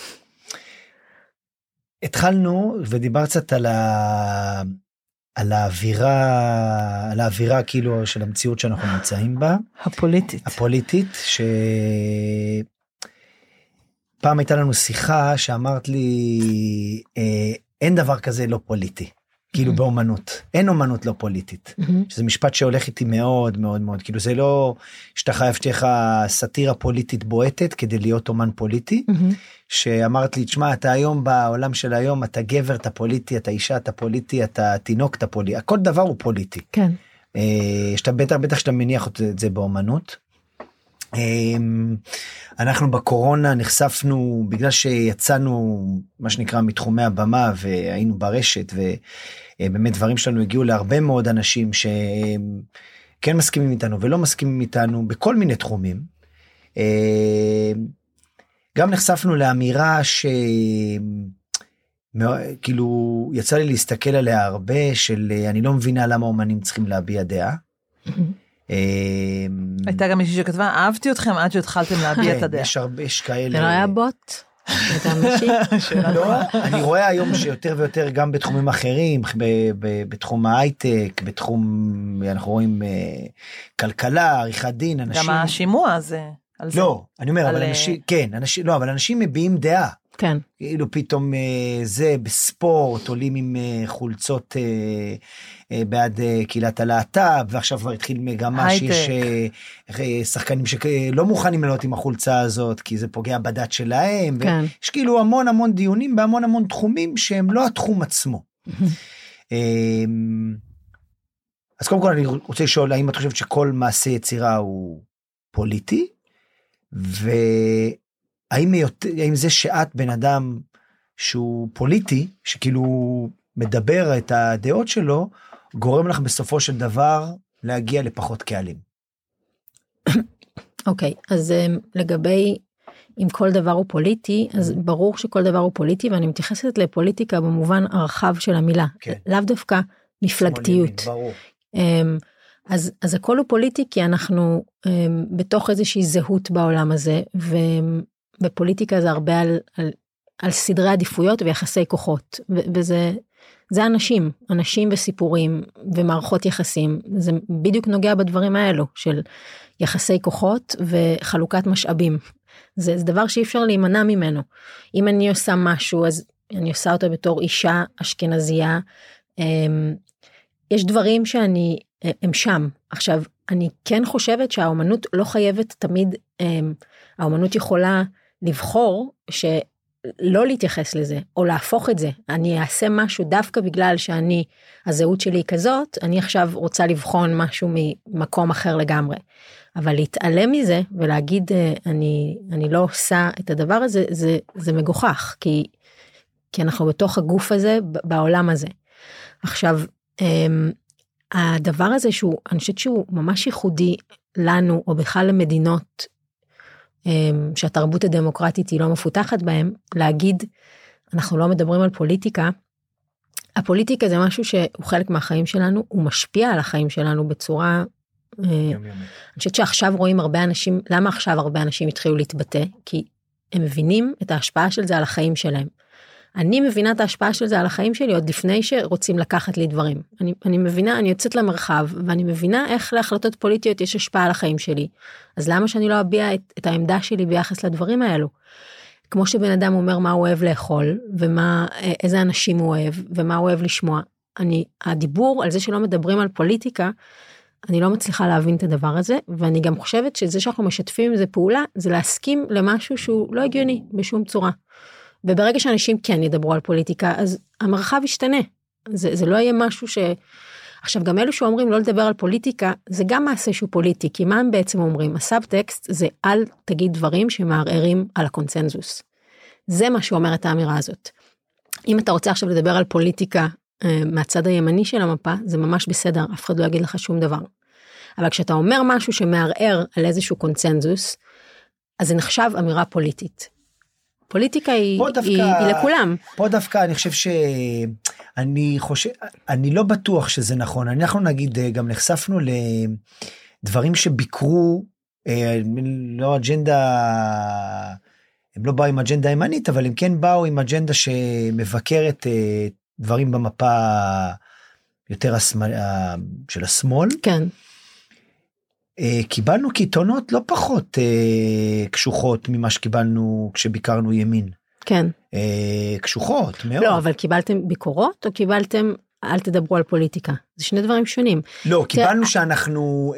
S3: התחלנו, ודיבר קצת על ה... על האווירה, על האווירה כאילו של המציאות שאנחנו נמצאים בה.
S2: הפוליטית.
S3: הפוליטית, שפעם הייתה לנו שיחה שאמרת לי, אה, אין דבר כזה לא פוליטי, כאילו באומנות. אין אומנות לא פוליטית. שזה משפט שהולך איתי מאוד מאוד מאוד, כאילו זה לא שאתה חייב שתהיה לך סאטירה פוליטית בועטת כדי להיות אומן פוליטי, שאמרת לי, תשמע, אתה היום בעולם של היום, אתה גבר, אתה פוליטי, אתה אישה, אתה פוליטי, אתה תינוק, אתה פוליטי, כל דבר הוא פוליטי.
S4: כן.
S3: שאתה בטח, בטח שאתה מניח את זה באומנות. אנחנו בקורונה נחשפנו, בגלל שיצאנו, מה שנקרא, מתחומי הבמה, והיינו ברשת, ובאמת דברים שלנו הגיעו להרבה מאוד אנשים, שכן מסכימים איתנו, ולא מסכימים איתנו, בכל מיני תחומים. גם נחשפנו לאמירה ש... כאילו יצא לי להסתכל עליה הרבה של אני לא מבינה למה אומנים צריכים להביע דעה.
S2: הייתה גם מישהי שכתבה אהבתי אתכם עד שהתחלתם להביע את הדעה.
S3: יש הרבה, יש כאלה.
S4: זה לא היה בוט?
S3: לא, אני רואה היום שיותר ויותר גם בתחומים אחרים, בתחום ההייטק, בתחום, אנחנו רואים כלכלה, עריכת דין, אנשים.
S2: גם השימוע הזה.
S3: לא, אני אומר, אבל אנשים, כן, אנשים, לא, אבל אנשים מביעים דעה.
S4: כן.
S3: כאילו פתאום זה בספורט, עולים עם חולצות בעד קהילת הלהט"ב, ועכשיו כבר התחיל מגמה שיש שחקנים שלא מוכנים לעלות עם החולצה הזאת, כי זה פוגע בדת שלהם,
S4: כן.
S3: ויש כאילו המון המון דיונים, בהמון המון תחומים, שהם לא התחום עצמו. אז קודם כל אני רוצה לשאול, האם את חושבת שכל מעשה יצירה הוא פוליטי? והאם האם זה שאת בן אדם שהוא פוליטי, שכאילו מדבר את הדעות שלו, גורם לך בסופו של דבר להגיע לפחות קהלים?
S4: אוקיי, אז לגבי אם כל דבר הוא פוליטי, אז ברור שכל דבר הוא פוליטי, ואני מתייחסת לפוליטיקה במובן הרחב של המילה, כן. לאו דווקא מפלגתיות.
S3: ברור.
S4: אז, אז הכל הוא פוליטי, כי אנחנו בתוך איזושהי זהות בעולם הזה, ובפוליטיקה זה הרבה על, על, על סדרי עדיפויות ויחסי כוחות, ו, וזה זה אנשים, אנשים וסיפורים ומערכות יחסים, זה בדיוק נוגע בדברים האלו, של יחסי כוחות וחלוקת משאבים. זה, זה דבר שאי אפשר להימנע ממנו. אם אני עושה משהו, אז אני עושה אותו בתור אישה אשכנזייה, יש דברים שאני, הם שם. עכשיו, אני כן חושבת שהאומנות לא חייבת תמיד, האומנות יכולה לבחור שלא להתייחס לזה, או להפוך את זה. אני אעשה משהו דווקא בגלל שאני, הזהות שלי היא כזאת, אני עכשיו רוצה לבחון משהו ממקום אחר לגמרי. אבל להתעלם מזה ולהגיד אני, אני לא עושה את הדבר הזה, זה, זה מגוחך, כי, כי אנחנו בתוך הגוף הזה, בעולם הזה. עכשיו, הדבר הזה שהוא, אני חושבת שהוא ממש ייחודי לנו, או בכלל למדינות, שהתרבות הדמוקרטית היא לא מפותחת בהם, להגיד, אנחנו לא מדברים על פוליטיקה, הפוליטיקה זה משהו שהוא חלק מהחיים שלנו, הוא משפיע על החיים שלנו בצורה, אני חושבת שעכשיו רואים הרבה אנשים, למה עכשיו הרבה אנשים התחילו להתבטא? כי הם מבינים את ההשפעה של זה על החיים שלהם. אני מבינה את ההשפעה של זה על החיים שלי, עוד לפני שרוצים לקחת לי דברים. אני, אני מבינה, אני יוצאת למרחב, ואני מבינה איך להחלטות פוליטיות יש השפעה על החיים שלי. אז למה שאני לא אביע את, את העמדה שלי ביחס לדברים האלו? כמו שבן אדם אומר מה הוא אוהב לאכול, ומה, איזה אנשים הוא אוהב, ומה הוא אוהב לשמוע. אני, הדיבור על זה שלא מדברים על פוליטיקה, אני לא מצליחה להבין את הדבר הזה, ואני גם חושבת שזה שאנחנו משתפים עם זה פעולה, זה להסכים למשהו שהוא לא הגיוני בשום צורה. וברגע שאנשים כן ידברו על פוליטיקה, אז המרחב ישתנה. זה, זה לא יהיה משהו ש... עכשיו, גם אלו שאומרים לא לדבר על פוליטיקה, זה גם מעשה שהוא פוליטי, כי מה הם בעצם אומרים? הסאבטקסט זה אל תגיד דברים שמערערים על הקונצנזוס. זה מה שאומר את האמירה הזאת. אם אתה רוצה עכשיו לדבר על פוליטיקה מהצד הימני של המפה, זה ממש בסדר, אף אחד לא יגיד לך שום דבר. אבל כשאתה אומר משהו שמערער על איזשהו קונצנזוס, אז זה נחשב אמירה פוליטית. פוליטיקה היא, דווקא, היא, היא לכולם.
S3: פה דווקא אני חושב שאני חושב, אני לא בטוח שזה נכון. אנחנו נגיד גם נחשפנו לדברים שביקרו, לא אג'נדה, הם לא באו עם אג'נדה ימנית, אבל הם כן באו עם אג'נדה שמבקרת דברים במפה יותר השמאל, של השמאל.
S4: כן.
S3: קיבלנו קיתונות לא פחות קשוחות ממה שקיבלנו כשביקרנו ימין.
S4: כן.
S3: קשוחות מאוד.
S4: לא, אבל קיבלתם ביקורות או קיבלתם אל תדברו על פוליטיקה? זה שני דברים שונים.
S3: לא, קיבלנו שאנחנו,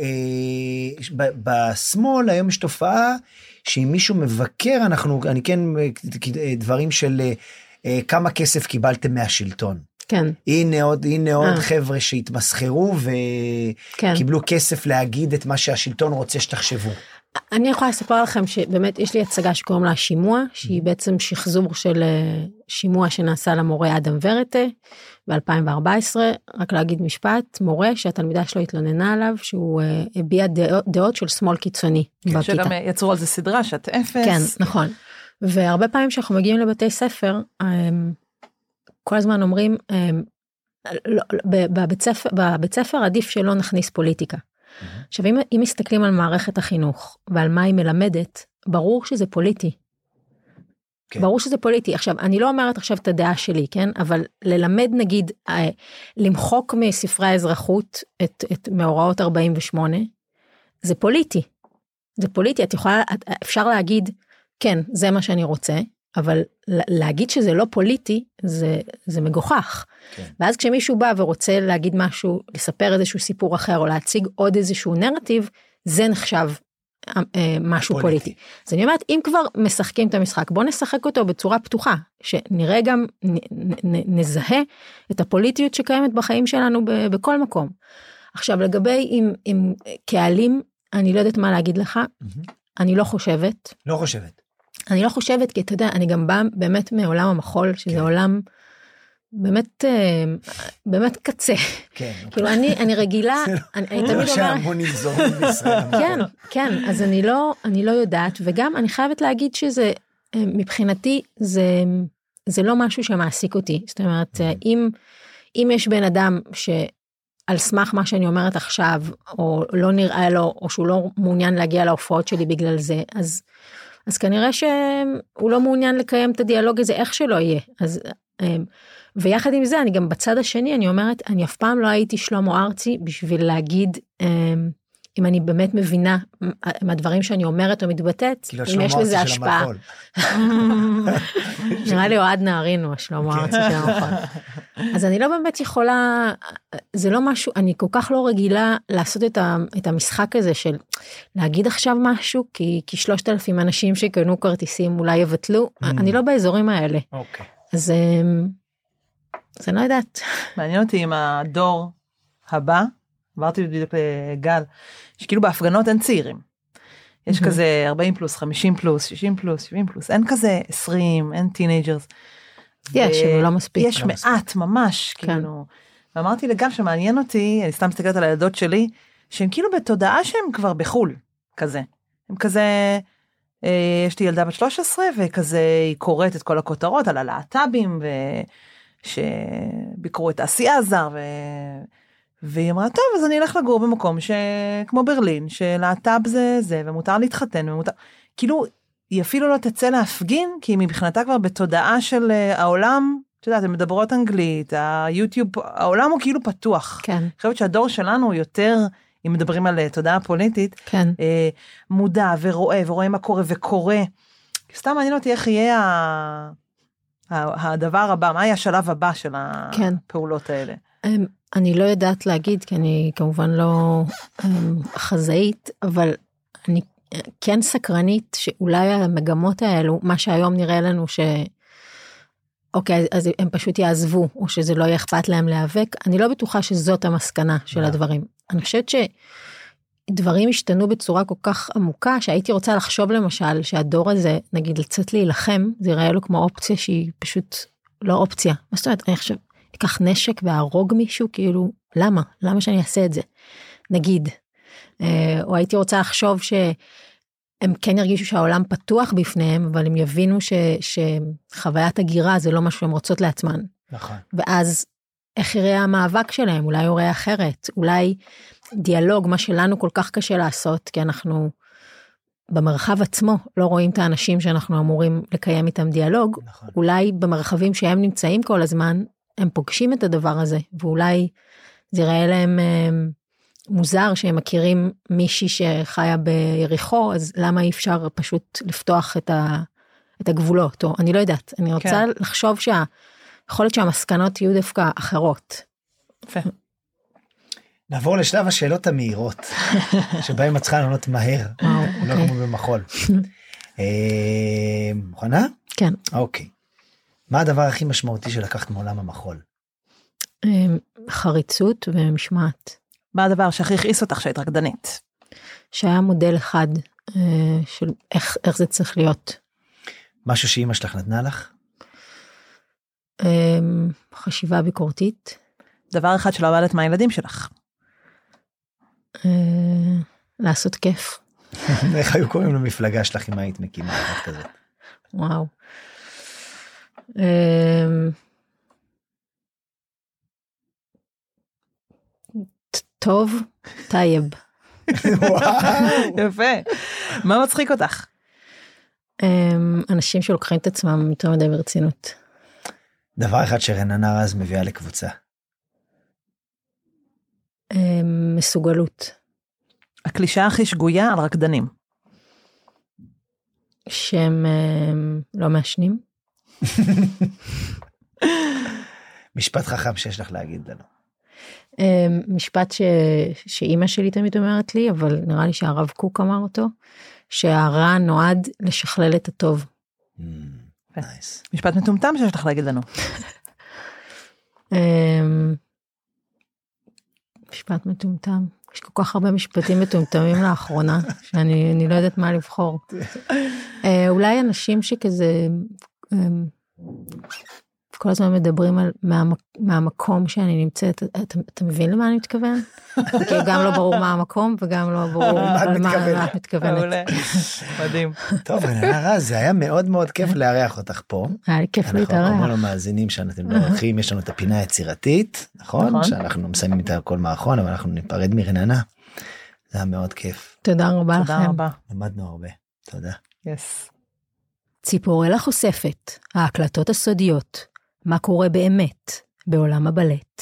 S3: בשמאל היום יש תופעה שאם מישהו מבקר, אנחנו, אני כן, דברים של כמה כסף קיבלתם מהשלטון.
S4: כן.
S3: הנה עוד, הנה עוד חבר'ה שהתמסחרו וקיבלו
S4: כן.
S3: כסף להגיד את מה שהשלטון רוצה שתחשבו.
S4: אני יכולה לספר לכם שבאמת יש לי הצגה שקוראים לה שימוע, שהיא בעצם שחזור של שימוע שנעשה למורה אדם ורטה ב-אלפיים וארבע עשרה, רק להגיד משפט, מורה שהתלמידה שלו התלוננה עליו, שהוא הביע דעות, דעות של שמאל קיצוני בכיתה.
S2: שגם יצרו על זה סדרה, שאת אפס.
S4: כן, נכון. והרבה פעמים שאנחנו מגיעים לבתי ספר, כל הזמן אומרים, בבית ספר, בבית ספר עדיף שלא נכניס פוליטיקה. עכשיו, אם, אם מסתכלים על מערכת החינוך, ועל מה היא מלמדת, ברור שזה פוליטי. כן. ברור שזה פוליטי. עכשיו, אני לא אומרת עכשיו את הדעה שלי, כן? אבל ללמד, נגיד, למחוק מספרי האזרחות את, את מאורעות ארבעים ושמונה, זה פוליטי. זה פוליטי. את יכולה, אפשר להגיד, כן, זה מה שאני רוצה, אבל להגיד שזה לא פוליטי, זה, זה מגוחך. כן. ואז כשמישהו בא ורוצה להגיד משהו, לספר איזשהו סיפור אחר, או להציג עוד איזשהו נרטיב, זה נחשב אה, משהו פוליטי. פוליטי. אז אני אומרת, אם כבר משחקים את המשחק, בוא נשחק אותו בצורה פתוחה, שנראה גם, נ, נ, נזהה את הפוליטיות שקיימת בחיים שלנו ב, בכל מקום. עכשיו, לגבי עם, עם קהלים, אני לא יודעת מה להגיד לך, mm-hmm. אני לא חושבת.
S3: לא חושבת.
S4: אני לא חושבת, כי אתה יודע, אני גם באה באמת מעולם המחול, שזה כן. עולם באמת, באמת קצה.
S3: כן.
S4: כאילו אני, אני רגילה, אני תמיד אומרת...
S3: לא שהמונים זורים בישראל.
S4: כן, כן, אז אני לא, אני לא יודעת, וגם אני חייבת להגיד שזה, מבחינתי, זה, זה לא משהו שמעסיק אותי. זאת אומרת, אם, אם יש בן אדם שעל סמך מה שאני אומרת עכשיו, או לא נראה לו, או שהוא לא מעוניין להגיע להופעות שלי בגלל זה, אז, אז כנראה שהוא לא מעוניין לקיים את הדיאלוג הזה, איך שלא יהיה. אז, ויחד עם זה, אני גם בצד השני, אני אומרת, אני אף פעם לא הייתי שלמה ארצי, בשביל להגיד, אם אני באמת מבינה, מהדברים שאני אומרת או מתבטאת, אם יש לזה השפעה. נראה לי אוהד נערין הוא השלמה ארצי של המחול. אז אני לא באמת יכולה, זה לא משהו, אני כל כך לא רגילה לעשות את המשחק הזה של להגיד עכשיו משהו, כי שלושת אלפים אנשים שקנו כרטיסים אולי יבטלו, אני לא באזורים האלה.
S3: אוקיי.
S4: אז זה לא יודעת.
S2: מעניין אותי עם הדור הבא, אמרתי בדיוק לגל, שכאילו בהפגנות אין צעירים. יש כזה ארבעים פלוס, חמישים פלוס, שישים פלוס, שבעים פלוס, אין כזה עשרים, אין טינג'רס.
S4: יש, אבל לא מספיק.
S2: יש מעט ממש, כאילו. ואמרתי לגל שמעניין אותי, אני סתם מסתכלת על הילדות שלי, שהם כאילו בתודעה שהם כבר בחול, כזה. הם כזה... יש לי ילדה בת שלוש עשרה, וכזה היא קוראת את כל הכותרות על הלהט"בים, שביקרו את העשייה הזר, ו... והיא אמרה, טוב, אז אני אלך לגור במקום ש... כמו ברלין, שלהט"ב זה זה, ומותר להתחתן, ומותר... כאילו, היא אפילו לא תצא להפגין, כי היא מבחינתה כבר בתודעה של העולם, את יודעת, הן מדברות אנגלית, היוטיוב, העולם הוא כאילו פתוח.
S4: כן. אני
S2: חושבת שהדור שלנו הוא יותר... אם מדברים על תודעה פוליטית,
S4: כן.
S2: אה, מודע ורואה, ורואה מה קורה וקורא. סתם מעניין אותי איך יהיה ה... ה... הדבר הבא, מה יהיה השלב הבא של
S4: כן.
S2: הפעולות האלה.
S4: אני לא יודעת להגיד, כי אני כמובן לא חזאית, אבל אני כן סקרנית שאולי המגמות האלו, מה שהיום נראה לנו ש... אוקיי, אז הם פשוט יעזבו, או שזה לא יהיה אכפת להם להיאבק, אני לא בטוחה שזאת המסקנה של הדברים. אני חושבת שדברים השתנו בצורה כל כך עמוקה, שהייתי רוצה לחשוב למשל, שהדור הזה, נגיד לצאת להילחם, זה יראה לו כמו אופציה שהיא פשוט לא אופציה. מה זאת אומרת, אני חושב, אקח נשק והרוג מישהו, כאילו, למה? למה שאני אעשה את זה? נגיד, או הייתי רוצה לחשוב ש... הם כן ירגישו שהעולם פתוח בפניהם, אבל הם יבינו ש, שחוויית הגירה זה לא משהו שהם רוצות לעצמן.
S3: נכון.
S4: ואז איך יראה המאבק שלהם? אולי הוא יראה אחרת, אולי דיאלוג, מה שלנו כל כך קשה לעשות, כי אנחנו במרחב עצמו לא רואים את האנשים שאנחנו אמורים לקיים איתם דיאלוג,
S3: נכון.
S4: אולי במרחבים שהם נמצאים כל הזמן, הם פוגשים את הדבר הזה, ואולי זה יראה להם... מוזר שהם מכירים מישהי שחיה ביריחו, אז למה אי אפשר פשוט לפתוח את, ה, את הגבולות? או אני לא יודעת, אני רוצה כן. לחשוב שיכול להיות שהמסקנות יהיו דווקא אחרות.
S2: יפה.
S3: נעבור לשלב השאלות המהירות, שבהם את צריכה לענות מהר, לא כמו במחול. מוכנה?
S4: כן.
S3: אוקיי. מה הדבר הכי משמעותי שלקחת מעולם המחול?
S4: חריצות ומשמעת.
S2: מה הדבר שהכי הכעיס אותך שהיית רקדנית?
S4: שהיה מודל אחד של איך, איך זה צריך להיות.
S3: משהו שאמא שלך נתנה לך?
S4: חשיבה ביקורתית.
S2: דבר אחד שלא עבדת מהילדים שלך?
S4: לעשות כיף.
S3: איך היו קוראים למפלגה שלך אם היית מקימה אחת כזאת?
S4: וואו. טוב, טייב.
S2: יפה. מה מצחיק אותך?
S4: אנשים שלוקחים את עצמם יותר מדי ברצינות.
S3: דבר אחד שרננה רז מביאה לקבוצה.
S4: מסוגלות.
S2: הקלישה הכי שגויה על רקדנים.
S4: שהם לא מעשנים.
S3: משפט חכם שיש לך להגיד לנו.
S4: משפט ש... שאימא שלי תמיד אומרת לי, אבל נראה לי שהרב קוק אמר אותו, שהרע נועד לשכלל את הטוב.
S2: משפט מטומטם שיש לך להגיד לנו.
S4: משפט מטומטם. יש כל כך הרבה משפטים מטומטמים לאחרונה, שאני אני לא יודעת מה לבחור. אולי אנשים שכזה כל הזמן מדברים על מהמקום שאני נמצאת, אתה מבין למה אני מתכוון? גם לא ברור מה המקום, וגם לא ברור על מה את מתכוונת.
S2: מדהים.
S3: טוב, רננה רז, זה היה מאוד מאוד כיף לארח אותך פה.
S4: היה לי כיף להתארח.
S3: אנחנו אמרנו מאזינים שאתם לא עורכים, יש לנו את הפינה היצירתית, נכון? שאנחנו מסיימים את הכל מערכון, אבל אנחנו ניפרד מרננה. זה היה מאוד כיף.
S4: תודה רבה לכם.
S2: תודה רבה.
S3: למדנו הרבה. תודה.
S2: יס.
S4: ציפורלה חושפת, ההקלטות הסודיות, מה קורה באמת בעולם הבלט.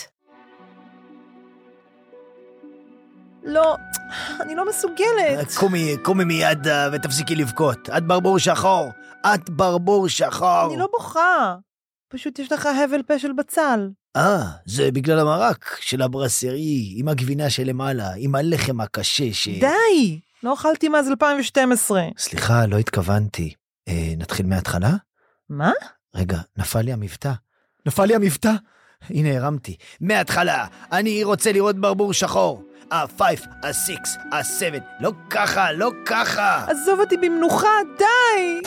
S2: לא, אני לא מסוגלת.
S3: קומי, קומי מיד ותפסיקי לבכות. את ברבור שחור. את ברבור שחור.
S2: אני לא בוכה. פשוט יש לך הבל פה של בצל.
S3: אה, זה בגלל המרק של הברסרי, עם הגבינה שלמעלה, עם הלחם הקשה ש...
S2: די! לא אכלתי מאז אלפיים ושתים עשרה.
S3: סליחה, לא התכוונתי. אה, נתחיל מההתחלה?
S2: מה?
S3: רגע, נפל לי המבטא. נפל לי המבטא? הנה, הרמתי. מההתחלה, אני רוצה לראות ברבור שחור. ה-חמש, ה-שש, ה-שבע. לא ככה, לא ככה.
S2: עזוב אותי במנוחה, די!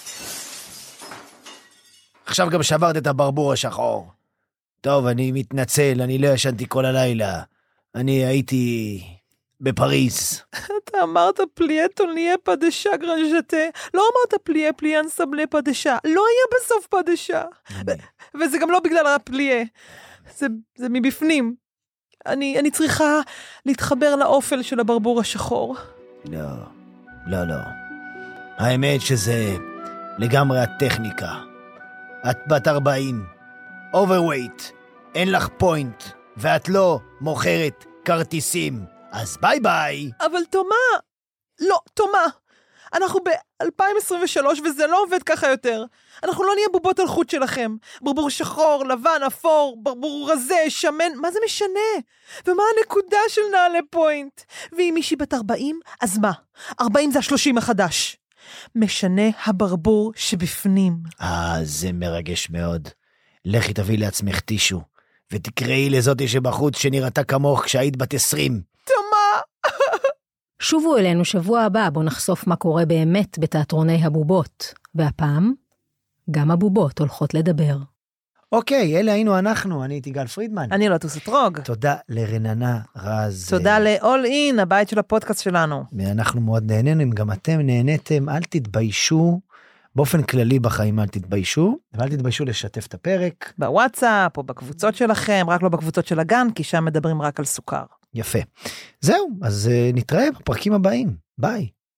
S3: עכשיו גם שברת את הברבור השחור. טוב, אני מתנצל, אני לא ישנתי כל הלילה. אני הייתי בפריז.
S2: אתה אמרת פליה טולניה פדשה גרנז'תה, לא אמרת פליה פליאן סבלה פדשה, לא היה בסוף פדשה. וזה גם לא בגלל הפליה, זה, זה מבפנים. אני, אני צריכה להתחבר לאופל של הברבור השחור.
S3: לא, לא, לא. האמת שזה לגמרי הטכניקה. את בת ארבעים, overweight, אין לך פוינט, ואת לא מוכרת כרטיסים. אז ביי ביי.
S2: אבל תומה, לא, תומה, אנחנו ב-אלפיים עשרים ושלוש וזה לא עובד ככה יותר. אנחנו לא נהיה בובות על חוט שלכם. ברבור שחור, לבן, אפור, ברבור רזה, שמן, מה זה משנה? ומה הנקודה של נעלי פוינט? ואם מישהי בת ארבעים, אז מה? ארבעים זה השלושים החדש. משנה הברבור שבפנים.
S3: אה, זה מרגש מאוד. לכי תביא לעצמך טישו, ותקראי לזאתי שבחוץ שנראתה כמוך כשהיית בת עשרים.
S2: תומה!
S4: שובו אלינו שבוע הבא, בו נחשוף מה קורה באמת בתיאטרוני הבובות. והפעם, גם הבובות הולכות לדבר.
S3: אוקיי, אלה היינו אנחנו, אני הייתי גל פרידמן.
S2: אני לא תוס אתרוג.
S3: תודה לרננה רז.
S2: תודה ל-All In, הבית של הפודקאסט שלנו.
S3: אנחנו מאוד נהנינו, אם גם אתם נהניתם, אל תתביישו, באופן כללי בחיים אל תתביישו, ואל תתביישו לשתף את הפרק.
S2: בוואטסאפ או בקבוצות שלכם, רק לא בקבוצות של הגן, כי שם מדברים רק על סוכר.
S3: יפה. זהו, אז נתראה בפרקים הבאים. ביי.